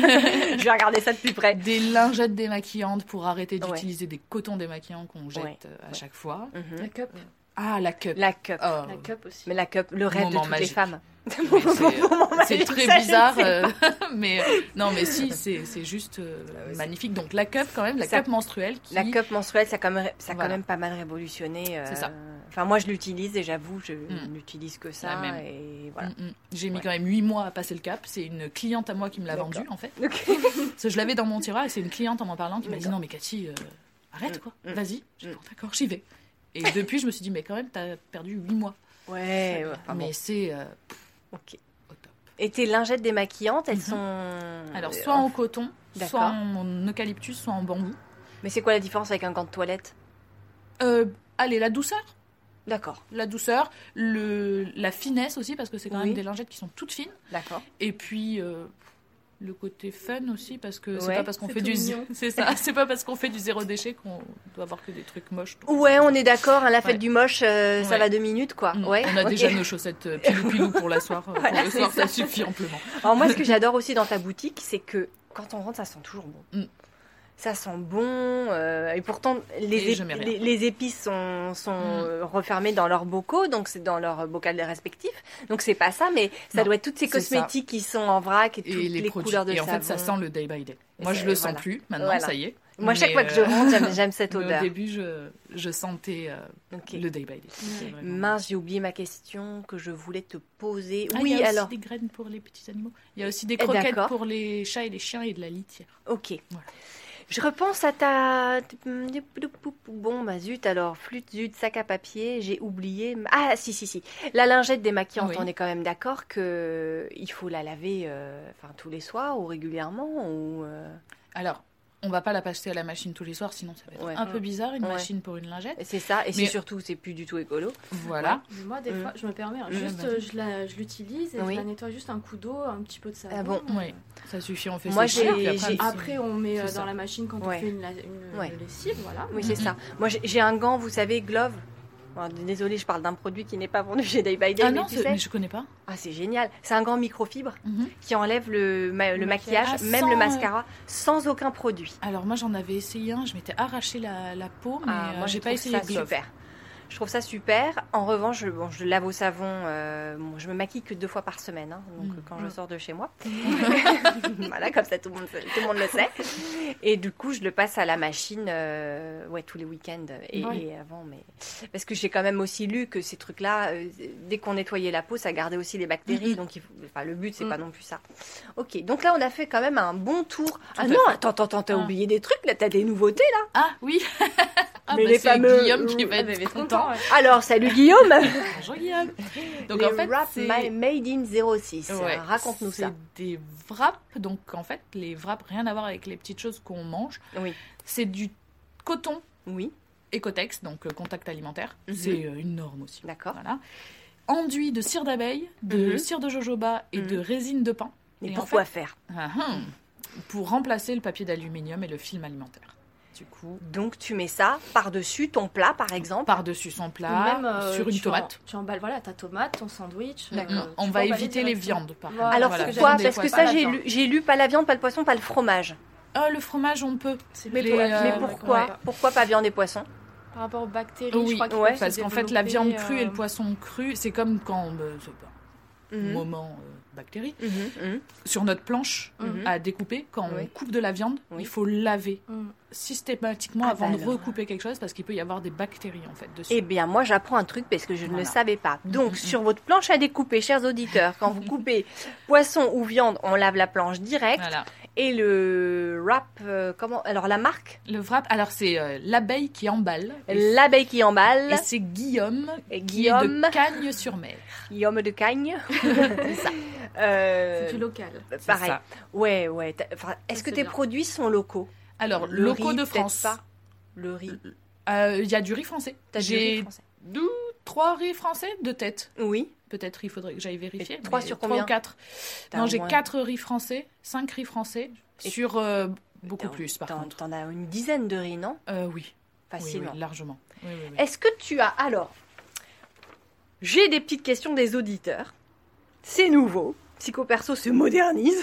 Speaker 2: Je vais regarder ça de plus près.
Speaker 3: Des lingettes démaquillantes pour arrêter
Speaker 2: Ouais.
Speaker 3: d'utiliser des cotons démaquillants qu'on jette
Speaker 2: Ouais.
Speaker 3: euh, à
Speaker 2: Ouais.
Speaker 3: chaque fois.
Speaker 2: Mhm.
Speaker 4: La cup.
Speaker 3: Ah, la cup.
Speaker 2: La cup.
Speaker 3: Oh.
Speaker 4: La cup aussi.
Speaker 2: Mais la cup, le rêve de
Speaker 3: Moment
Speaker 2: toutes les
Speaker 3: magique.
Speaker 2: femmes.
Speaker 3: Oui, c'est-
Speaker 2: Moment
Speaker 3: C'est
Speaker 2: magique,
Speaker 3: très
Speaker 2: ça, je ne
Speaker 3: bizarre,
Speaker 2: sais
Speaker 3: euh, mais euh, non, mais si, c'est c'est juste euh,
Speaker 2: Ah ouais, c'est-
Speaker 3: magnifique. Donc la cup quand même, la
Speaker 2: Ça-
Speaker 3: cup menstruelle qui...
Speaker 2: La cup menstruelle, ça a quand même, ça a quand
Speaker 3: Voilà.
Speaker 2: même pas mal révolutionné. euh,
Speaker 3: C'est ça.
Speaker 2: Enfin, moi, je l'utilise et j'avoue, je
Speaker 3: Mm.
Speaker 2: n'utilise que
Speaker 3: La
Speaker 2: ça.
Speaker 3: même.
Speaker 2: Et voilà.
Speaker 3: Mm, mm. J'ai mis
Speaker 2: Ouais.
Speaker 3: quand même huit mois à passer le cap. C'est une cliente à moi qui me l'a
Speaker 2: D'accord.
Speaker 3: vendu en fait.
Speaker 2: Ok.
Speaker 3: Parce que je l'avais dans mon tiroir et c'est une cliente en m'en parlant qui m'a dit
Speaker 2: D'accord.
Speaker 3: non mais Cathy, euh, arrête
Speaker 2: Mm,
Speaker 3: quoi,
Speaker 2: mm,
Speaker 3: vas-y. J'ai dit,
Speaker 2: mm.
Speaker 3: bon, d'accord, j'y vais. Et depuis, je me suis dit, mais quand même, t'as perdu huit mois.
Speaker 2: Ouais, ouais. Ah
Speaker 3: mais
Speaker 2: bon.
Speaker 3: c'est euh,
Speaker 2: Ok.
Speaker 3: au top.
Speaker 2: Et tes lingettes démaquillantes, elles
Speaker 3: Mhm.
Speaker 2: sont...
Speaker 3: Alors, soit en coton,
Speaker 2: D'accord.
Speaker 3: soit en eucalyptus, soit en bambou.
Speaker 2: Mais c'est quoi la différence avec un gant de toilette?
Speaker 3: Euh, allez, la douceur.
Speaker 2: D'accord,
Speaker 3: La douceur, le, la finesse aussi, parce que c'est quand
Speaker 2: Oui.
Speaker 3: même des lingettes qui sont toutes fines.
Speaker 2: d'accord.
Speaker 3: Et puis, euh, le côté fun aussi, parce que c'est
Speaker 2: Ouais,
Speaker 3: pas parce qu'on
Speaker 4: c'est
Speaker 3: fait
Speaker 4: tout
Speaker 3: du
Speaker 4: mignon.
Speaker 3: c'est ça, c'est pas parce qu'on fait du zéro déchet qu'on doit avoir que des trucs moches.
Speaker 2: Ouais, on est d'accord, hein, la fête
Speaker 3: Ouais.
Speaker 2: du moche, euh, ça
Speaker 3: Ouais.
Speaker 2: va deux minutes, quoi.
Speaker 3: Mm.
Speaker 2: Ouais,
Speaker 3: On a
Speaker 2: ok.
Speaker 3: déjà nos chaussettes euh, pilou-pilou pour la soir. euh, pour
Speaker 2: Voilà,
Speaker 3: le
Speaker 2: c'est
Speaker 3: soir, ça
Speaker 2: ça.
Speaker 3: suffit amplement.
Speaker 2: Alors moi, ce que j'adore aussi dans ta boutique, c'est que quand on rentre, ça sent toujours bon.
Speaker 3: Mm.
Speaker 2: Ça sent bon, euh, et pourtant les,
Speaker 3: Et
Speaker 2: ép-
Speaker 3: je mets rien.
Speaker 2: les, les épices sont, sont
Speaker 3: Mm.
Speaker 2: euh, refermées dans leurs bocaux, donc c'est dans leur bocal respectif. Donc c'est pas ça, mais ça
Speaker 3: Non,
Speaker 2: doit être toutes ces
Speaker 3: c'est ça.
Speaker 2: cosmétiques qui sont en vrac et toutes
Speaker 3: Et
Speaker 2: les,
Speaker 3: les, produits.
Speaker 2: couleurs de
Speaker 3: et en
Speaker 2: savon.
Speaker 3: fait, ça sent le day by day. Moi,
Speaker 2: C'est-
Speaker 3: je le
Speaker 2: voilà.
Speaker 3: sens plus maintenant,
Speaker 2: Voilà.
Speaker 3: ça y est.
Speaker 2: Moi, chaque
Speaker 3: Mais,
Speaker 2: fois que je
Speaker 3: euh,
Speaker 2: rentre, j'aime, j'aime cette
Speaker 3: mais
Speaker 2: odeur.
Speaker 3: Au début, je, je sentais euh,
Speaker 2: Ok.
Speaker 3: le day by day. C'est vraiment-
Speaker 2: Mince, j'ai oublié ma question que je voulais te poser.
Speaker 3: Ah,
Speaker 2: oui,
Speaker 3: il y a
Speaker 2: alors.
Speaker 3: aussi des graines pour les petits animaux. Il y a aussi des
Speaker 2: Eh,
Speaker 3: croquettes
Speaker 2: d'accord.
Speaker 3: pour les chats et les chiens et de la litière.
Speaker 2: Ok.
Speaker 3: Voilà.
Speaker 2: Je repense à ta... Bon, bah zut, alors, flûte, zut, sac à papier, j'ai oublié... Ah, si, si, si. La lingette démaquillante,
Speaker 3: Oui.
Speaker 2: on est quand même d'accord que il faut la laver euh, enfin, tous les soirs ou régulièrement ou... euh,
Speaker 3: Alors, on va pas la passer à la machine tous les soirs, sinon ça va être
Speaker 2: Ouais.
Speaker 3: un peu bizarre, une
Speaker 2: Ouais.
Speaker 3: machine pour une lingette.
Speaker 2: C'est ça, et c'est
Speaker 3: Mais-
Speaker 2: surtout, c'est plus du tout écolo.
Speaker 3: Voilà.
Speaker 4: Mais moi, des
Speaker 2: Mm.
Speaker 4: fois, je me permets, hein,
Speaker 2: Mm.
Speaker 4: juste,
Speaker 3: Vas-y.
Speaker 4: euh, je, la, je l'utilise et
Speaker 2: Oui.
Speaker 4: je la nettoie juste un coup d'eau, un petit peu de savon.
Speaker 2: Ah bon
Speaker 3: Oui, ça suffit, on fait
Speaker 2: Moi,
Speaker 3: sécher,
Speaker 2: j'ai-
Speaker 3: puis après,
Speaker 2: j'ai-
Speaker 3: on-
Speaker 4: Après, on met euh,
Speaker 3: C'est
Speaker 4: dans
Speaker 3: ça.
Speaker 4: la machine quand
Speaker 2: Ouais.
Speaker 4: on fait une, la- une
Speaker 2: Ouais.
Speaker 4: lessive, voilà.
Speaker 2: Oui, c'est
Speaker 3: Mhm.
Speaker 2: ça. Moi, j'ai j'ai un gant, vous savez, Glove. Alors, désolée, je parle d'un produit qui n'est pas vendu chez Day by Day,
Speaker 3: Ah
Speaker 2: mais
Speaker 3: non,
Speaker 2: tu
Speaker 3: c'est-
Speaker 2: sais...
Speaker 3: mais je connais pas.
Speaker 2: Ah, c'est génial. C'est un gant microfibre
Speaker 3: Mhm.
Speaker 2: qui enlève le, ma- le
Speaker 4: Le
Speaker 2: maquillage,
Speaker 3: maquillage. Ah,
Speaker 2: même
Speaker 3: sans,
Speaker 2: le
Speaker 3: euh,
Speaker 2: mascara, sans aucun produit.
Speaker 3: Alors moi j'en avais essayé un, je m'étais arraché la, la peau, mais
Speaker 2: Ah,
Speaker 3: euh,
Speaker 2: moi,
Speaker 3: j'ai
Speaker 2: je
Speaker 3: pas
Speaker 2: trouve
Speaker 3: essayé
Speaker 2: ça
Speaker 3: Glove.
Speaker 2: super. Je trouve ça super. En revanche, je, bon, je lave au savon. euh, bon, je me maquille que deux fois par semaine, hein, donc
Speaker 3: Mm.
Speaker 2: quand je
Speaker 4: Mm.
Speaker 2: sors de chez moi. Voilà, comme ça tout le monde, tout le monde le sait. Et du coup, je le passe à la machine, euh, ouais, tous les week-ends et,
Speaker 4: Ouais.
Speaker 2: et avant. Mais parce que j'ai quand même aussi lu que ces trucs-là, euh, dès qu'on nettoyait la peau, ça gardait aussi les bactéries.
Speaker 3: Mhm.
Speaker 2: Donc, il faut, enfin, le but, c'est
Speaker 4: Mm.
Speaker 2: pas non plus ça. Ok, donc là, on a fait quand même un bon tour. ah
Speaker 3: à
Speaker 2: non,
Speaker 3: fait.
Speaker 2: attends, attends, attends, t'as
Speaker 3: Ah.
Speaker 2: oublié des trucs. Là, t'as des nouveautés là.
Speaker 3: Ah oui. Ah,
Speaker 2: Mais
Speaker 3: bah,
Speaker 2: les
Speaker 3: c'est
Speaker 2: fameux-
Speaker 3: Guillaume qui va
Speaker 4: Ah,
Speaker 3: être
Speaker 4: mais il va être
Speaker 3: content.
Speaker 4: content, ouais.
Speaker 2: Alors, salut Guillaume.
Speaker 3: Bonjour Guillaume. Donc
Speaker 2: les
Speaker 3: en fait,
Speaker 2: wraps
Speaker 3: c'est
Speaker 2: ma- made in zéro six.
Speaker 3: Ouais,
Speaker 2: Raconte-nous ça.
Speaker 3: C'est des wraps, donc en fait les wraps rien à voir avec les petites choses qu'on mange.
Speaker 2: Oui.
Speaker 3: C'est du coton
Speaker 2: Oui,
Speaker 3: Ecotex, donc euh, contact alimentaire.
Speaker 2: Mhm.
Speaker 3: C'est euh, une norme aussi.
Speaker 2: d'accord.
Speaker 3: Voilà. Enduit de cire d'abeille, de
Speaker 2: Mhm.
Speaker 3: cire de jojoba et
Speaker 2: Mhm.
Speaker 3: de résine de pain.
Speaker 2: Mais
Speaker 3: Et en
Speaker 2: pourquoi
Speaker 3: fait-
Speaker 2: faire
Speaker 3: Ah, hum, pour remplacer le papier d'aluminium et le film alimentaire. Du coup,
Speaker 2: Donc, tu mets ça par-dessus ton plat, par exemple.
Speaker 3: par-dessus son
Speaker 4: Ou
Speaker 3: plat,
Speaker 4: même, euh,
Speaker 3: sur une
Speaker 4: tu
Speaker 3: tomate.
Speaker 4: en- tu emballes, voilà, ta tomate, ton sandwich. euh,
Speaker 2: D'accord.
Speaker 4: tu
Speaker 3: On
Speaker 4: peux
Speaker 3: va
Speaker 4: emballer
Speaker 3: éviter les
Speaker 4: directement.
Speaker 3: viandes, par
Speaker 4: Voilà.
Speaker 3: contre.
Speaker 2: Alors,
Speaker 3: Voilà,
Speaker 2: pourquoi
Speaker 3: viande et
Speaker 2: Parce que
Speaker 3: poisson.
Speaker 2: ça,
Speaker 4: Pas la
Speaker 2: j'ai
Speaker 4: viande.
Speaker 2: lu, j'ai lu pas la viande, pas le poisson, pas le fromage.
Speaker 3: Ah, le fromage, on peut.
Speaker 4: C'est
Speaker 2: Mais,
Speaker 3: Les,
Speaker 4: plutôt
Speaker 2: pour-
Speaker 4: la
Speaker 3: euh,
Speaker 2: mais
Speaker 4: viande,
Speaker 2: pourquoi
Speaker 4: ouais.
Speaker 2: Pourquoi pas viande et poisson
Speaker 4: Par rapport aux bactéries,
Speaker 3: Oui,
Speaker 4: je crois qu'ils
Speaker 2: ouais.
Speaker 4: peuvent se
Speaker 3: Parce qu'en fait, la
Speaker 4: développer,
Speaker 3: viande crue et
Speaker 4: euh,
Speaker 3: le poisson cru, c'est comme quand, euh, c'est pas
Speaker 2: Mhm.
Speaker 3: moment euh, bactéries,
Speaker 2: Mhm, mhm.
Speaker 3: sur notre planche
Speaker 2: Mhm.
Speaker 3: à découper, quand
Speaker 2: Oui.
Speaker 3: on coupe de la viande,
Speaker 2: Oui.
Speaker 3: il faut laver
Speaker 4: mm.
Speaker 3: systématiquement
Speaker 2: Ah,
Speaker 3: avant
Speaker 2: bah
Speaker 3: de
Speaker 2: alors.
Speaker 3: recouper quelque chose parce qu'il peut y avoir des bactéries en fait dessus.
Speaker 2: Eh bien, moi, j'apprends un truc parce que je ne le
Speaker 3: Voilà.
Speaker 2: savais pas. Donc,
Speaker 3: Mhm.
Speaker 2: sur votre planche à découper, chers auditeurs, quand vous coupez poisson ou viande, on lave la planche direct.
Speaker 3: Voilà.
Speaker 2: Et le wrap, euh, comment Alors, la marque
Speaker 3: Le wrap, alors c'est euh, l'abeille qui emballe. Et,
Speaker 2: L'abeille qui emballe.
Speaker 3: et c'est Guillaume,
Speaker 2: Et
Speaker 3: qui est
Speaker 2: Guillaume,
Speaker 3: de Cagnes-sur-Mer.
Speaker 2: Guillaume de Cagne. C'est ça. Euh,
Speaker 4: C'est du local.
Speaker 3: C'est
Speaker 2: pareil.
Speaker 3: ça.
Speaker 2: Ouais, ouais. T'as- enfin, Est-ce que
Speaker 4: c'est
Speaker 2: tes
Speaker 4: bien.
Speaker 2: produits sont locaux
Speaker 3: Alors,
Speaker 2: Le
Speaker 3: locaux
Speaker 2: riz,
Speaker 3: de
Speaker 2: peut-être
Speaker 3: France.
Speaker 2: pas. Le riz.
Speaker 3: Euh, Il y a du riz français.
Speaker 2: T'as du riz
Speaker 3: J'ai
Speaker 2: français
Speaker 3: deux, trois riz français de tête.
Speaker 2: Oui.
Speaker 3: Peut-être il faudrait que j'aille vérifier.
Speaker 2: Et trois
Speaker 3: mais
Speaker 2: sur
Speaker 3: trois
Speaker 2: combien
Speaker 3: ou quatre.
Speaker 2: T'as
Speaker 3: Non,
Speaker 2: au
Speaker 3: j'ai
Speaker 2: moins-
Speaker 3: quatre riz français, cinq riz français,
Speaker 2: Et-
Speaker 3: sur euh, beaucoup
Speaker 2: T'en-
Speaker 3: plus par
Speaker 2: t'en-
Speaker 3: contre.
Speaker 2: T'en as une dizaine de riz, non
Speaker 3: Euh, oui.
Speaker 2: Facilement.
Speaker 3: Oui, oui, largement. Oui, oui, oui.
Speaker 2: Est-ce que tu as... Alors, j'ai des petites questions des auditeurs. C'est nouveau. Psycho Perso se modernise.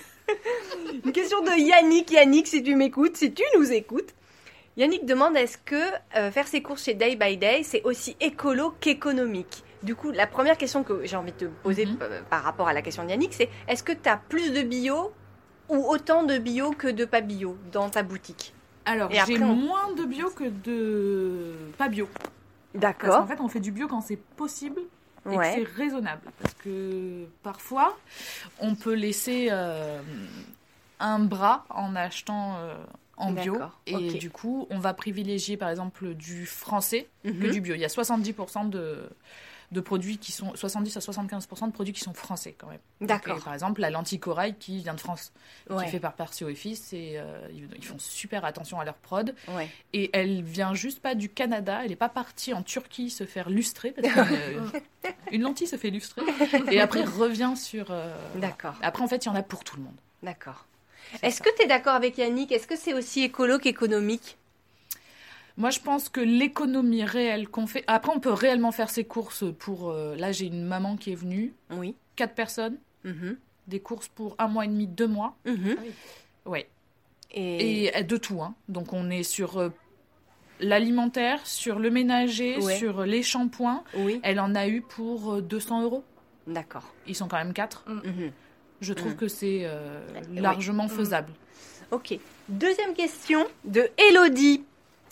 Speaker 2: Une question de Yannick. Yannick, si tu m'écoutes, si tu nous écoutes. Yannick demande, est-ce que euh, faire ses courses chez Day by Day, c'est aussi écolo qu'économique? Du coup, la première question que j'ai envie de te poser
Speaker 3: Mhm.
Speaker 2: p- par rapport à la question de Yannick, c'est est-ce que tu as plus de bio ou autant de bio que de pas bio dans ta boutique?
Speaker 3: Alors,
Speaker 2: Et après,
Speaker 3: j'ai
Speaker 2: on-
Speaker 3: moins de bio que de pas bio. Parce
Speaker 2: D'accord.
Speaker 3: qu'en fait, on fait du bio quand c'est possible et
Speaker 2: Ouais.
Speaker 3: que c'est raisonnable. Parce que parfois, on peut laisser euh, un bras en achetant euh, en bio.
Speaker 2: D'accord,
Speaker 3: Et
Speaker 2: ok.
Speaker 3: du coup, on va privilégier par exemple du français que
Speaker 2: Mhm.
Speaker 3: du bio. Il y a soixante-dix pour cent de, de produits qui sont, soixante-dix à soixante-quinze pour cent de produits qui sont français quand même. Donc,
Speaker 2: D'accord.
Speaker 3: et par exemple, la lentille corail qui vient de France,
Speaker 2: Ouais.
Speaker 3: qui est fait par Percio et Fils, et euh, ils, ils font super attention à leur prod.
Speaker 2: Ouais.
Speaker 3: Et elle vient juste pas du Canada, elle n'est pas partie en Turquie se faire lustrer, parce qu'une euh, une lentille se fait lustrer, et après revient sur... euh,
Speaker 2: D'accord.
Speaker 3: Après, en fait, il y en a pour tout le monde.
Speaker 2: D'accord.
Speaker 3: C'est
Speaker 2: Est-ce
Speaker 3: ça.
Speaker 2: que tu es d'accord avec Yannick? Est-ce que c'est aussi écolo qu'économique?
Speaker 3: Moi, je pense que l'économie réelle qu'on fait... Après, on peut réellement faire ses courses pour... euh, Là, j'ai une maman qui est venue,
Speaker 2: Oui.
Speaker 3: quatre personnes,
Speaker 2: Mhm.
Speaker 3: des courses pour un mois et demi, deux mois.
Speaker 2: Mhm.
Speaker 3: Ouais.
Speaker 2: Et...
Speaker 3: Et euh, de tout, hein. Donc, on est sur euh, l'alimentaire, sur le ménager,
Speaker 2: Ouais.
Speaker 3: sur les shampoings.
Speaker 2: Oui.
Speaker 3: Elle en a eu pour euh, deux cents euros.
Speaker 2: D'accord.
Speaker 3: Ils sont quand même quatre.
Speaker 2: Mhm.
Speaker 3: Je trouve
Speaker 2: Mm.
Speaker 3: que c'est euh,
Speaker 2: Ouais.
Speaker 3: largement
Speaker 4: Mm.
Speaker 3: faisable.
Speaker 2: Ok. Deuxième question de Elodie.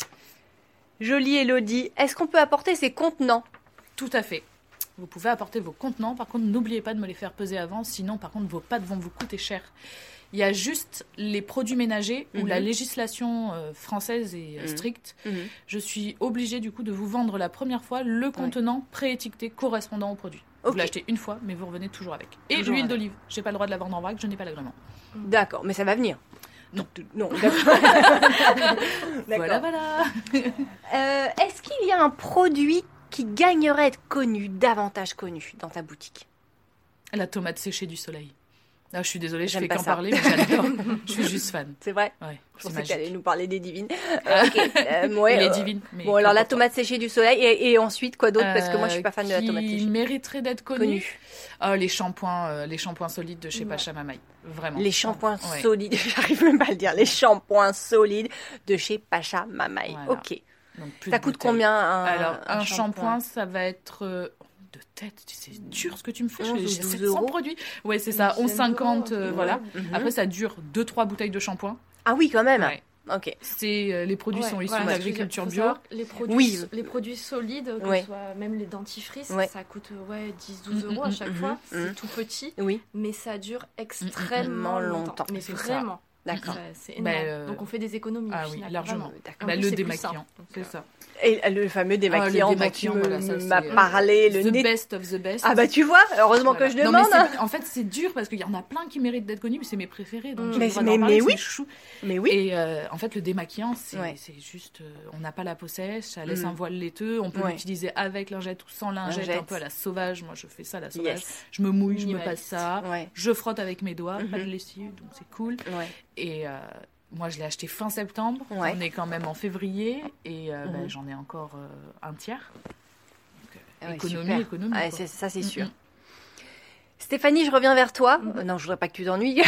Speaker 2: Jolie Elodie. Est-ce qu'on peut apporter ces contenants?
Speaker 3: Tout à fait. Vous pouvez apporter vos contenants. Par contre, n'oubliez pas de me les faire peser avant. Sinon, par contre, vos pâtes vont vous coûter cher. Il y a juste les produits ménagers où
Speaker 2: Mhm.
Speaker 3: la législation euh, française est euh,
Speaker 2: Mhm.
Speaker 3: stricte.
Speaker 2: Mhm.
Speaker 3: Je suis obligée du coup de vous vendre la première fois le contenant préétiqueté correspondant au produit.
Speaker 2: Ok.
Speaker 3: Vous l'achetez une fois, mais vous revenez toujours avec. Et
Speaker 2: Toujours
Speaker 3: l'huile
Speaker 2: avec.
Speaker 3: d'olive. J'ai pas le droit de la vendre en vrac, je n'ai pas l'agrément.
Speaker 2: D'accord, mais ça va venir.
Speaker 3: Non.
Speaker 2: Non, d'accord. D'accord.
Speaker 3: Voilà, voilà.
Speaker 2: Euh, Est-ce qu'il y a un produit qui gagnerait à être connu, davantage connu dans ta boutique?
Speaker 3: La tomate séchée du soleil. Ah, je suis désolée, je
Speaker 2: J'aime
Speaker 3: fais
Speaker 2: pas
Speaker 3: qu'en
Speaker 2: ça.
Speaker 3: parler, mais j'adore. Je suis juste fan.
Speaker 2: C'est vrai?
Speaker 3: Ouais,
Speaker 2: Je
Speaker 3: c'est
Speaker 2: pensais que tu
Speaker 3: magique.
Speaker 2: allais nous parler des divines. Euh, ok. Euh, ouais,
Speaker 3: Il est
Speaker 2: euh,
Speaker 3: divine. Mais
Speaker 2: Bon, alors la
Speaker 3: qu'importe.
Speaker 2: tomate séchée du soleil. Et, et ensuite, quoi d'autre? Parce que moi, je suis pas fan de la
Speaker 3: qui
Speaker 2: tomate séchée.
Speaker 3: mériterait d'être connu.
Speaker 2: Connue.
Speaker 3: Ah, les shampoings, euh, les shampoings solides de chez
Speaker 4: Ouais.
Speaker 3: Pacha Mamaï. Vraiment.
Speaker 2: Les shampoings
Speaker 3: Ouais.
Speaker 2: solides. J'arrive même pas à le dire. Les shampoings solides de chez Pacha Mamaï.
Speaker 3: Voilà.
Speaker 2: Ok.
Speaker 3: Donc, plus
Speaker 2: Ça
Speaker 3: de
Speaker 2: coûte
Speaker 3: bouteilles.
Speaker 2: combien un,
Speaker 3: Alors, un, shampoing, ça va être... euh, de tête, c'est dur ce que tu me fais.
Speaker 2: onze
Speaker 3: J'ai
Speaker 2: ou
Speaker 3: j'ai
Speaker 2: douze
Speaker 3: sept cents
Speaker 2: euros.
Speaker 3: produits. Ouais, c'est ça,
Speaker 4: Une
Speaker 3: onze cinquante,
Speaker 4: dizaine
Speaker 3: euh,
Speaker 4: d'euros.
Speaker 3: voilà.
Speaker 2: Mhm.
Speaker 3: Après, ça dure deux trois bouteilles de shampoing.
Speaker 2: Ah oui, quand même.
Speaker 3: Ouais.
Speaker 2: Ok.
Speaker 3: C'est, euh, les produits
Speaker 4: Ouais,
Speaker 3: sont issus
Speaker 4: voilà,
Speaker 3: de
Speaker 4: parce que
Speaker 3: l'agriculture
Speaker 4: faut
Speaker 3: bio.
Speaker 4: savoir que Les produits,
Speaker 2: Oui.
Speaker 4: les produits solides, que
Speaker 2: Ouais.
Speaker 4: ce soit même les dentifrices,
Speaker 2: Ouais.
Speaker 4: ça coûte ouais, dix douze
Speaker 3: Mm,
Speaker 4: euros à
Speaker 3: mm,
Speaker 4: chaque
Speaker 2: mm,
Speaker 4: fois.
Speaker 2: mm,
Speaker 4: C'est
Speaker 2: mm.
Speaker 4: tout petit,
Speaker 2: Oui,
Speaker 4: mais ça dure
Speaker 2: Mm,
Speaker 4: extrêmement
Speaker 2: longtemps.
Speaker 4: longtemps. Mais
Speaker 3: C'est ça.
Speaker 4: vraiment.
Speaker 2: d'accord.
Speaker 4: Ça, C'est
Speaker 3: Bah,
Speaker 4: énorme.
Speaker 3: euh,
Speaker 4: Donc on fait des économies.
Speaker 3: ah
Speaker 4: au
Speaker 3: oui,
Speaker 4: final,
Speaker 3: largement.
Speaker 4: vraiment.
Speaker 2: D'accord.
Speaker 4: En
Speaker 3: Bah,
Speaker 4: plus,
Speaker 3: le
Speaker 4: c'est plus
Speaker 3: démaquillant,
Speaker 4: simple.
Speaker 3: c'est ça.
Speaker 2: Et le fameux démaquillant
Speaker 3: Ah, le
Speaker 2: dont
Speaker 3: démaquillant,
Speaker 2: tu me-
Speaker 3: voilà, ça,
Speaker 2: m'as
Speaker 3: c'est, euh,
Speaker 2: parlé, le
Speaker 3: The
Speaker 2: nez.
Speaker 3: best of the best.
Speaker 2: Ah bah tu vois, heureusement
Speaker 3: Voilà.
Speaker 2: que je
Speaker 3: Non, mais
Speaker 2: demande.
Speaker 3: c'est- en fait, c'est dur parce qu'il y en a plein qui méritent d'être connus, mais c'est mes préférés. Donc
Speaker 4: Mm.
Speaker 3: j'ai
Speaker 2: Mais-
Speaker 3: le droit
Speaker 2: mais-
Speaker 3: d'en parler,
Speaker 2: mais
Speaker 3: c'est
Speaker 2: oui.
Speaker 3: mes chouchous.
Speaker 2: Mais oui.
Speaker 3: Et euh, en fait, le démaquillant, c'est
Speaker 2: Ouais.
Speaker 3: c'est juste. euh, on n'a pas la peau sèche, ça laisse
Speaker 2: Mm.
Speaker 3: un voile laiteux. On peut
Speaker 2: Ouais.
Speaker 3: l'utiliser avec lingette ou sans lingette,
Speaker 2: Lingette.
Speaker 3: un peu à la sauvage. Moi, je fais ça à la sauvage.
Speaker 2: Yes.
Speaker 3: Je me mouille, je me
Speaker 4: Minimaliste.
Speaker 3: passe ça.
Speaker 2: Ouais.
Speaker 3: Je frotte avec mes doigts, pas de
Speaker 2: Mhm.
Speaker 3: lessive, donc c'est cool.
Speaker 2: Ouais.
Speaker 3: Et euh, moi, je l'ai acheté fin septembre.
Speaker 2: Ouais.
Speaker 3: On est quand même en février et euh, bah,
Speaker 2: Mhm.
Speaker 3: j'en ai encore euh, un tiers. Donc, euh,
Speaker 2: Ah ouais,
Speaker 3: économie,
Speaker 2: super.
Speaker 3: économie.
Speaker 2: Ouais,
Speaker 3: quoi.
Speaker 2: c'est- ça c'est
Speaker 3: Mm,
Speaker 2: sûr.
Speaker 3: mm.
Speaker 2: Stéphanie, je reviens vers toi.
Speaker 4: Mhm.
Speaker 2: Euh, non, je voudrais pas que tu t'ennuies.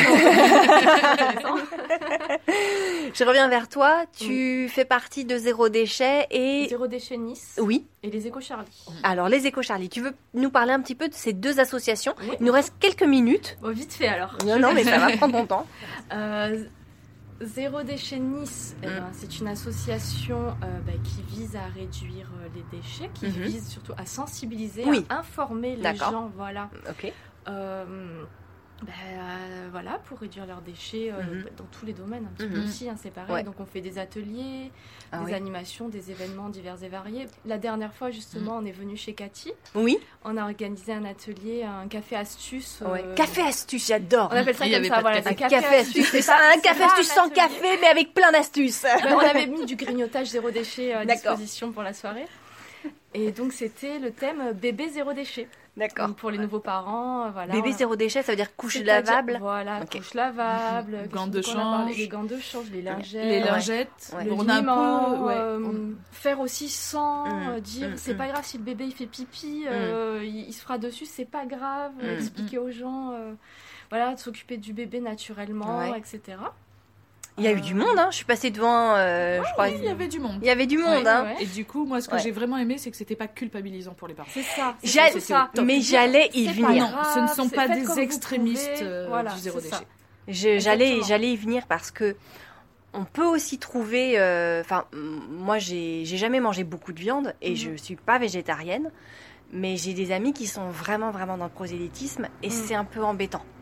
Speaker 2: Je reviens vers toi. Tu fais partie de Zéro Déchet et
Speaker 4: Zéro déchet Nice
Speaker 2: oui.
Speaker 4: et les Éco Charlie.
Speaker 2: Alors les Éco Charlie, tu veux nous parler un petit peu de ces deux associations?
Speaker 4: Oui.
Speaker 2: Il nous reste quelques minutes.
Speaker 4: Bon, vite fait alors.
Speaker 2: Non, non, mais ça va prendre ton temps.
Speaker 4: Euh, Zéro déchet Nice, eh
Speaker 2: Mm.
Speaker 4: ben, c'est une association euh, bah, qui vise à réduire euh, les déchets, qui
Speaker 2: Mhm.
Speaker 4: vise surtout à sensibiliser,
Speaker 2: Oui.
Speaker 4: à informer les
Speaker 2: D'accord.
Speaker 4: gens, voilà,
Speaker 2: Ok.
Speaker 4: euh, bah, euh, voilà, pour réduire leurs déchets euh,
Speaker 2: Mhm.
Speaker 4: bah, dans tous les domaines, un petit
Speaker 2: Mhm.
Speaker 4: peu aussi, hein, c'est pareil.
Speaker 2: Ouais.
Speaker 4: Donc on fait des ateliers,
Speaker 2: Ah
Speaker 4: des
Speaker 2: oui.
Speaker 4: animations, des événements divers et variés. La dernière fois, justement, on est venu chez Cathy,
Speaker 2: Oui.
Speaker 4: on a organisé un atelier, un café astuce.
Speaker 2: Ouais.
Speaker 4: euh,
Speaker 2: Café astuce, j'adore.
Speaker 4: On appelle ça
Speaker 3: Il y
Speaker 4: comme
Speaker 3: avait
Speaker 4: ça,
Speaker 3: pas de
Speaker 4: voilà.
Speaker 3: café.
Speaker 4: c'est
Speaker 2: Un café astuce, c'est ça, un
Speaker 4: c'est
Speaker 2: café
Speaker 4: pas
Speaker 2: astuce
Speaker 4: un
Speaker 2: sans
Speaker 4: atelier.
Speaker 2: café, mais avec plein d'astuces.
Speaker 4: Ben, on avait mis du grignotage zéro déchet à
Speaker 2: D'accord.
Speaker 4: disposition pour la soirée. Et donc c'était le thème bébé zéro déchet.
Speaker 2: D'accord.
Speaker 4: Donc pour les nouveaux parents, euh, voilà.
Speaker 2: Bébé
Speaker 4: on a-
Speaker 2: zéro déchet, ça veut dire couche
Speaker 4: C'est-à-dire-
Speaker 2: lavable.
Speaker 4: Voilà,
Speaker 2: Ok.
Speaker 4: couche lavable,
Speaker 3: Mhm.
Speaker 4: qu'est-ce
Speaker 3: Gants de
Speaker 4: qu'on a parlé
Speaker 3: change.
Speaker 4: les gants de change, les lingettes.
Speaker 3: Les
Speaker 2: Ouais.
Speaker 3: lingettes.
Speaker 2: Ouais.
Speaker 4: Le
Speaker 3: On a un
Speaker 4: liment,
Speaker 3: peu. Ouais.
Speaker 4: euh, faire aussi sans
Speaker 2: Mm,
Speaker 4: euh, dire
Speaker 2: mm,
Speaker 4: c'est
Speaker 2: mm.
Speaker 4: pas grave si le bébé il fait pipi, euh, il, il se fera dessus, c'est pas grave,
Speaker 2: Mm,
Speaker 4: expliquer aux gens, euh, voilà, de s'occuper du bébé naturellement,
Speaker 2: Ouais.
Speaker 4: et cetera.
Speaker 2: Il y a eu du monde, hein. Je suis passée devant, euh, je crois.
Speaker 3: Oui, il y avait du monde.
Speaker 2: Il y avait du monde,
Speaker 3: Ouais,
Speaker 2: hein.
Speaker 4: ouais.
Speaker 3: Et du coup, moi, ce que
Speaker 2: Ouais.
Speaker 3: j'ai vraiment aimé, c'est que c'était pas culpabilisant pour les parents.
Speaker 4: C'est ça. c'est
Speaker 2: J'a-
Speaker 4: c'est ça.
Speaker 2: mais
Speaker 4: Donc,
Speaker 2: j'allais y
Speaker 4: c'est
Speaker 2: venir.
Speaker 4: pas
Speaker 3: Non,
Speaker 4: grave,
Speaker 3: ce ne sont
Speaker 4: c'est-
Speaker 3: pas
Speaker 4: faites
Speaker 3: des
Speaker 4: comme vous
Speaker 3: extrémistes
Speaker 4: pouvez.
Speaker 3: euh,
Speaker 4: Voilà,
Speaker 3: du zéro
Speaker 4: c'est ça.
Speaker 3: déchet.
Speaker 2: Je- J'allais,
Speaker 4: Exactement.
Speaker 2: j'allais y venir parce que on peut aussi trouver. euh, Enfin, m- moi, j'ai, j'ai jamais mangé beaucoup de viande et
Speaker 4: Mhm.
Speaker 2: je suis pas végétarienne, mais j'ai des amis qui sont vraiment, vraiment dans le prosélytisme et
Speaker 4: Mhm.
Speaker 2: c'est un peu embêtant.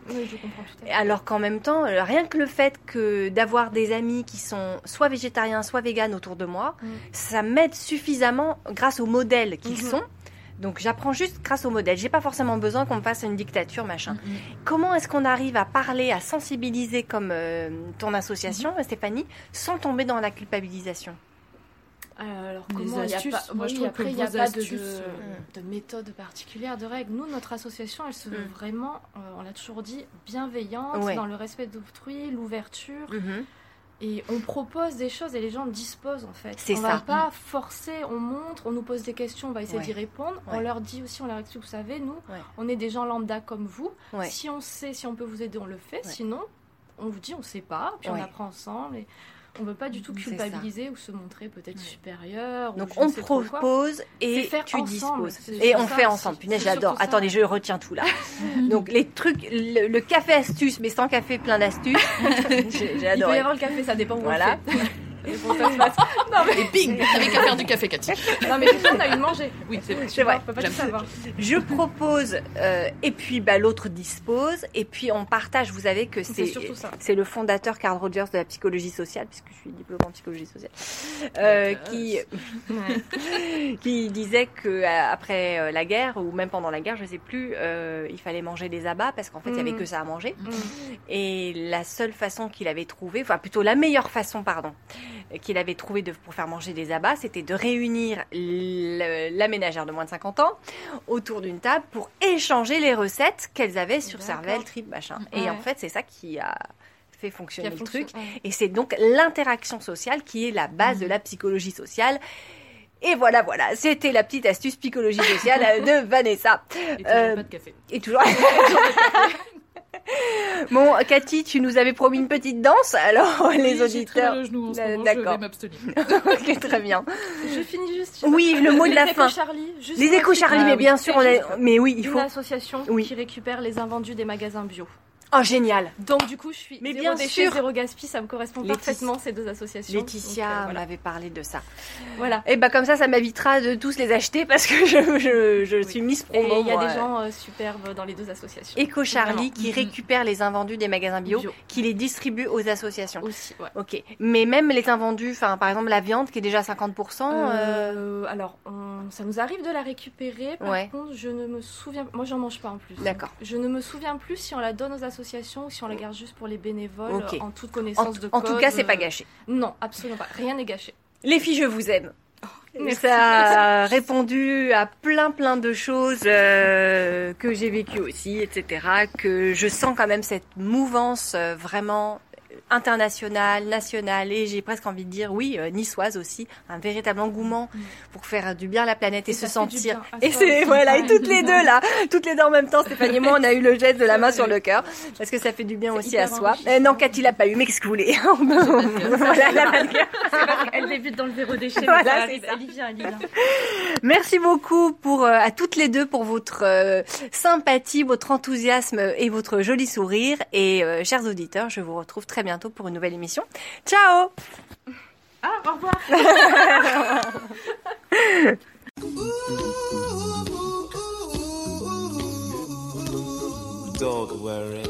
Speaker 4: Oui, je comprends tout à fait.
Speaker 2: Alors qu'en même temps, euh, rien que le fait que d'avoir des amis qui sont soit végétariens, soit véganes autour de moi,
Speaker 4: Mm.
Speaker 2: ça m'aide suffisamment grâce aux modèles qu'ils
Speaker 4: Mhm.
Speaker 2: sont. Donc j'apprends juste grâce aux modèles. J'ai pas forcément besoin qu'on me fasse une dictature, machin. Comment est-ce qu'on arrive à parler, à sensibiliser comme euh, ton association, Stéphanie, sans tomber dans la culpabilisation?
Speaker 4: Euh, Alors
Speaker 3: Les
Speaker 4: comment il y a
Speaker 3: astuces,
Speaker 4: pas,
Speaker 3: moi,
Speaker 4: oui,
Speaker 3: je trouve
Speaker 4: après
Speaker 3: que
Speaker 4: il n'y a
Speaker 3: vos
Speaker 4: pas de,
Speaker 3: astuces,
Speaker 4: de,
Speaker 3: euh,
Speaker 4: de méthode particulière, de règles. Nous, notre association, elle se veut
Speaker 2: Mm.
Speaker 4: vraiment, euh, on l'a toujours dit, bienveillante,
Speaker 2: Ouais.
Speaker 4: dans le respect d'autrui, l'ouverture.
Speaker 2: Mhm.
Speaker 4: Et on propose des choses et les gens disposent en fait.
Speaker 2: C'est
Speaker 4: on
Speaker 2: ça.
Speaker 4: va pas forcer, on montre, on nous pose des questions, on va essayer
Speaker 2: Ouais.
Speaker 4: d'y répondre.
Speaker 2: Ouais.
Speaker 4: On leur dit aussi, on leur explique, vous savez, nous,
Speaker 2: Ouais.
Speaker 4: on est des gens lambda comme vous.
Speaker 2: Ouais.
Speaker 4: Si on sait, si on peut vous aider, on le fait.
Speaker 2: Ouais.
Speaker 4: Sinon, on vous dit, on sait pas, puis
Speaker 2: Ouais.
Speaker 4: on apprend ensemble. Et on veut pas du tout
Speaker 2: C'est
Speaker 4: culpabiliser ou se montrer peut-être
Speaker 2: Ouais.
Speaker 4: supérieur. ou
Speaker 2: Donc
Speaker 4: je ne
Speaker 2: on
Speaker 4: sais trop quoi.
Speaker 2: propose et
Speaker 4: C'est faire
Speaker 2: tu
Speaker 4: ensemble,
Speaker 2: disposes.
Speaker 4: c'est
Speaker 2: Et
Speaker 4: surtout
Speaker 2: on
Speaker 4: ça
Speaker 2: fait
Speaker 4: aussi.
Speaker 2: ensemble. Punaise,
Speaker 4: C'est
Speaker 2: j'adore.
Speaker 4: surtout ça.
Speaker 2: Attendez, je retiens tout là. Donc les trucs, le, le café astuce, mais sans café, plein d'astuces. J'ai j'ai
Speaker 4: Il peut y
Speaker 2: adoré.
Speaker 4: avoir le café, ça dépend où
Speaker 2: Voilà.
Speaker 4: on le fait. Ça dépend où ça se passe. Non mais,
Speaker 3: Et bing, t'avais qu'à faire du café, Cathy.
Speaker 4: non, mais tout ça, on a eu de manger.
Speaker 3: Oui, c'est vrai.
Speaker 2: C'est vrai.
Speaker 4: On peut pas
Speaker 3: J'aime.
Speaker 4: tout savoir.
Speaker 2: Je propose euh, et puis bah, l'autre dispose et puis on partage. Vous savez que
Speaker 4: C'est
Speaker 2: c'est
Speaker 4: surtout ça.
Speaker 2: c'est le fondateur Carl Rogers de la psychologie sociale, puisque je suis diplômée en psychologie sociale, euh, qui qui disait que euh, après euh, la guerre ou même pendant la guerre, je sais plus, euh, il fallait manger des abats parce qu'en fait il y avait
Speaker 4: Mhm.
Speaker 2: que ça à manger.
Speaker 4: Mm.
Speaker 2: Et la seule façon qu'il avait trouvé, enfin plutôt la meilleure façon, pardon, qu'il avait trouvé de, pour faire manger des abats, c'était de réunir le- la ménagère de moins de cinquante ans autour d'une table pour échanger les recettes qu'elles avaient sur
Speaker 4: D'accord.
Speaker 2: cervelle, tripe, machin.
Speaker 4: Ouais.
Speaker 2: Et en fait, c'est ça qui a fait
Speaker 4: Qui
Speaker 2: fonctionner
Speaker 4: a
Speaker 2: le
Speaker 4: fonctionné.
Speaker 2: truc.
Speaker 4: Ouais.
Speaker 2: Et c'est donc l'interaction sociale qui est la base de la psychologie sociale. Et voilà, voilà, c'était la petite astuce psychologie sociale de Vanessa.
Speaker 3: Et toujours
Speaker 2: Euh,
Speaker 3: pas de café.
Speaker 2: Et toujours. Bon, Cathy, tu nous avais promis une petite danse, alors les
Speaker 3: Oui, j'ai
Speaker 2: auditeurs.
Speaker 3: très mal au genou en ce
Speaker 2: Euh,
Speaker 3: moment, je
Speaker 2: d'accord.
Speaker 3: vais m'abstenir.
Speaker 2: Ok, très bien.
Speaker 4: Je finis juste.
Speaker 2: Oui, le mot de la
Speaker 4: Les
Speaker 2: fin.
Speaker 4: échos Charlie. Juste
Speaker 2: Les
Speaker 4: pour
Speaker 2: échos
Speaker 4: expliquer.
Speaker 2: Charlie,
Speaker 3: Ah
Speaker 2: mais
Speaker 3: oui.
Speaker 2: bien sûr, on
Speaker 4: C'est
Speaker 2: a... mais oui, il
Speaker 4: Une
Speaker 2: faut.
Speaker 4: association
Speaker 2: Oui.
Speaker 4: qui récupère les invendus des magasins bio.
Speaker 2: Oh, génial.
Speaker 4: Donc du coup, je suis
Speaker 2: Mais
Speaker 4: zéro
Speaker 2: bien
Speaker 4: déchet,
Speaker 2: sûr.
Speaker 4: zéro gaspille, ça me correspond
Speaker 2: Laetitia-
Speaker 4: parfaitement ces deux associations.
Speaker 2: Laetitia
Speaker 4: Donc, euh, voilà.
Speaker 2: m'avait parlé de ça.
Speaker 4: Voilà.
Speaker 2: Et bah comme ça, ça m'évitera de tous les acheter parce que je, je, je suis Miss
Speaker 4: Et
Speaker 2: Promo.
Speaker 4: il y a
Speaker 2: moi.
Speaker 4: des gens euh, superbes dans les deux associations.
Speaker 2: Eco Charlie
Speaker 4: Vraiment.
Speaker 2: qui
Speaker 3: Mhm.
Speaker 2: récupère les invendus des magasins bio,
Speaker 4: Bio.
Speaker 2: qui les distribue aux associations.
Speaker 4: Aussi, ouais.
Speaker 2: Ok, mais même les invendus, enfin par exemple la viande qui est déjà à cinquante pour cent. euh,
Speaker 4: Euh, alors, on- ça nous arrive de la récupérer. Par
Speaker 2: Ouais.
Speaker 4: contre, je ne me souviens. Moi, j'en mange pas en plus.
Speaker 2: D'accord.
Speaker 4: Je ne me souviens plus si on la donne aux associations ou si on la garde juste pour les bénévoles,
Speaker 2: Ok.
Speaker 4: en toute
Speaker 2: En,
Speaker 4: connaissance de
Speaker 2: en
Speaker 4: cause.
Speaker 2: tout cas, c'est pas
Speaker 4: euh,
Speaker 2: gâché.
Speaker 4: Non, absolument pas. Rien n'est gâché.
Speaker 2: Les filles, je vous aime.
Speaker 4: Merci.
Speaker 2: Ça a répondu à plein plein de choses euh, que j'ai vécues aussi, et cetera. Que je sens quand même cette mouvance euh, vraiment internationale, nationale, et j'ai presque envie de dire, oui, euh, niçoise aussi, un véritable engouement
Speaker 4: Mm.
Speaker 2: pour faire du bien à la planète et,
Speaker 4: Et
Speaker 2: se
Speaker 4: ça fait du
Speaker 2: sentir.
Speaker 4: bien. Ah,
Speaker 2: Et
Speaker 4: ça
Speaker 2: c'est
Speaker 4: aussi,
Speaker 2: voilà, et
Speaker 4: pareil.
Speaker 2: toutes les deux là, toutes les deux en même temps, Stéphanie et moi, on a eu le geste de la main sur le cœur parce que ça fait du bien
Speaker 4: C'est
Speaker 2: aussi à
Speaker 4: hyper
Speaker 2: soi.
Speaker 4: enrichissant.
Speaker 2: Euh, non, Cathy l'a pas eu, mais qu'est-ce que vous voulez Voilà, la bagarre.
Speaker 4: Elle débute dans le zéro déchet.
Speaker 2: Voilà,
Speaker 4: mais ça
Speaker 2: c'est
Speaker 4: arrive.
Speaker 2: ça.
Speaker 4: Elle y vient, elle y vient.
Speaker 2: Merci beaucoup pour euh, à toutes les deux pour votre euh, sympathie, votre enthousiasme et votre joli sourire. Et euh, chers auditeurs, je vous retrouve très bientôt pour une nouvelle émission. Ciao.
Speaker 4: Ah, au revoir.
Speaker 1: Don't worry.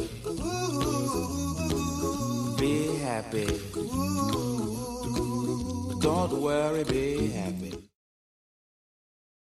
Speaker 1: Be happy. Don't worry, be happy.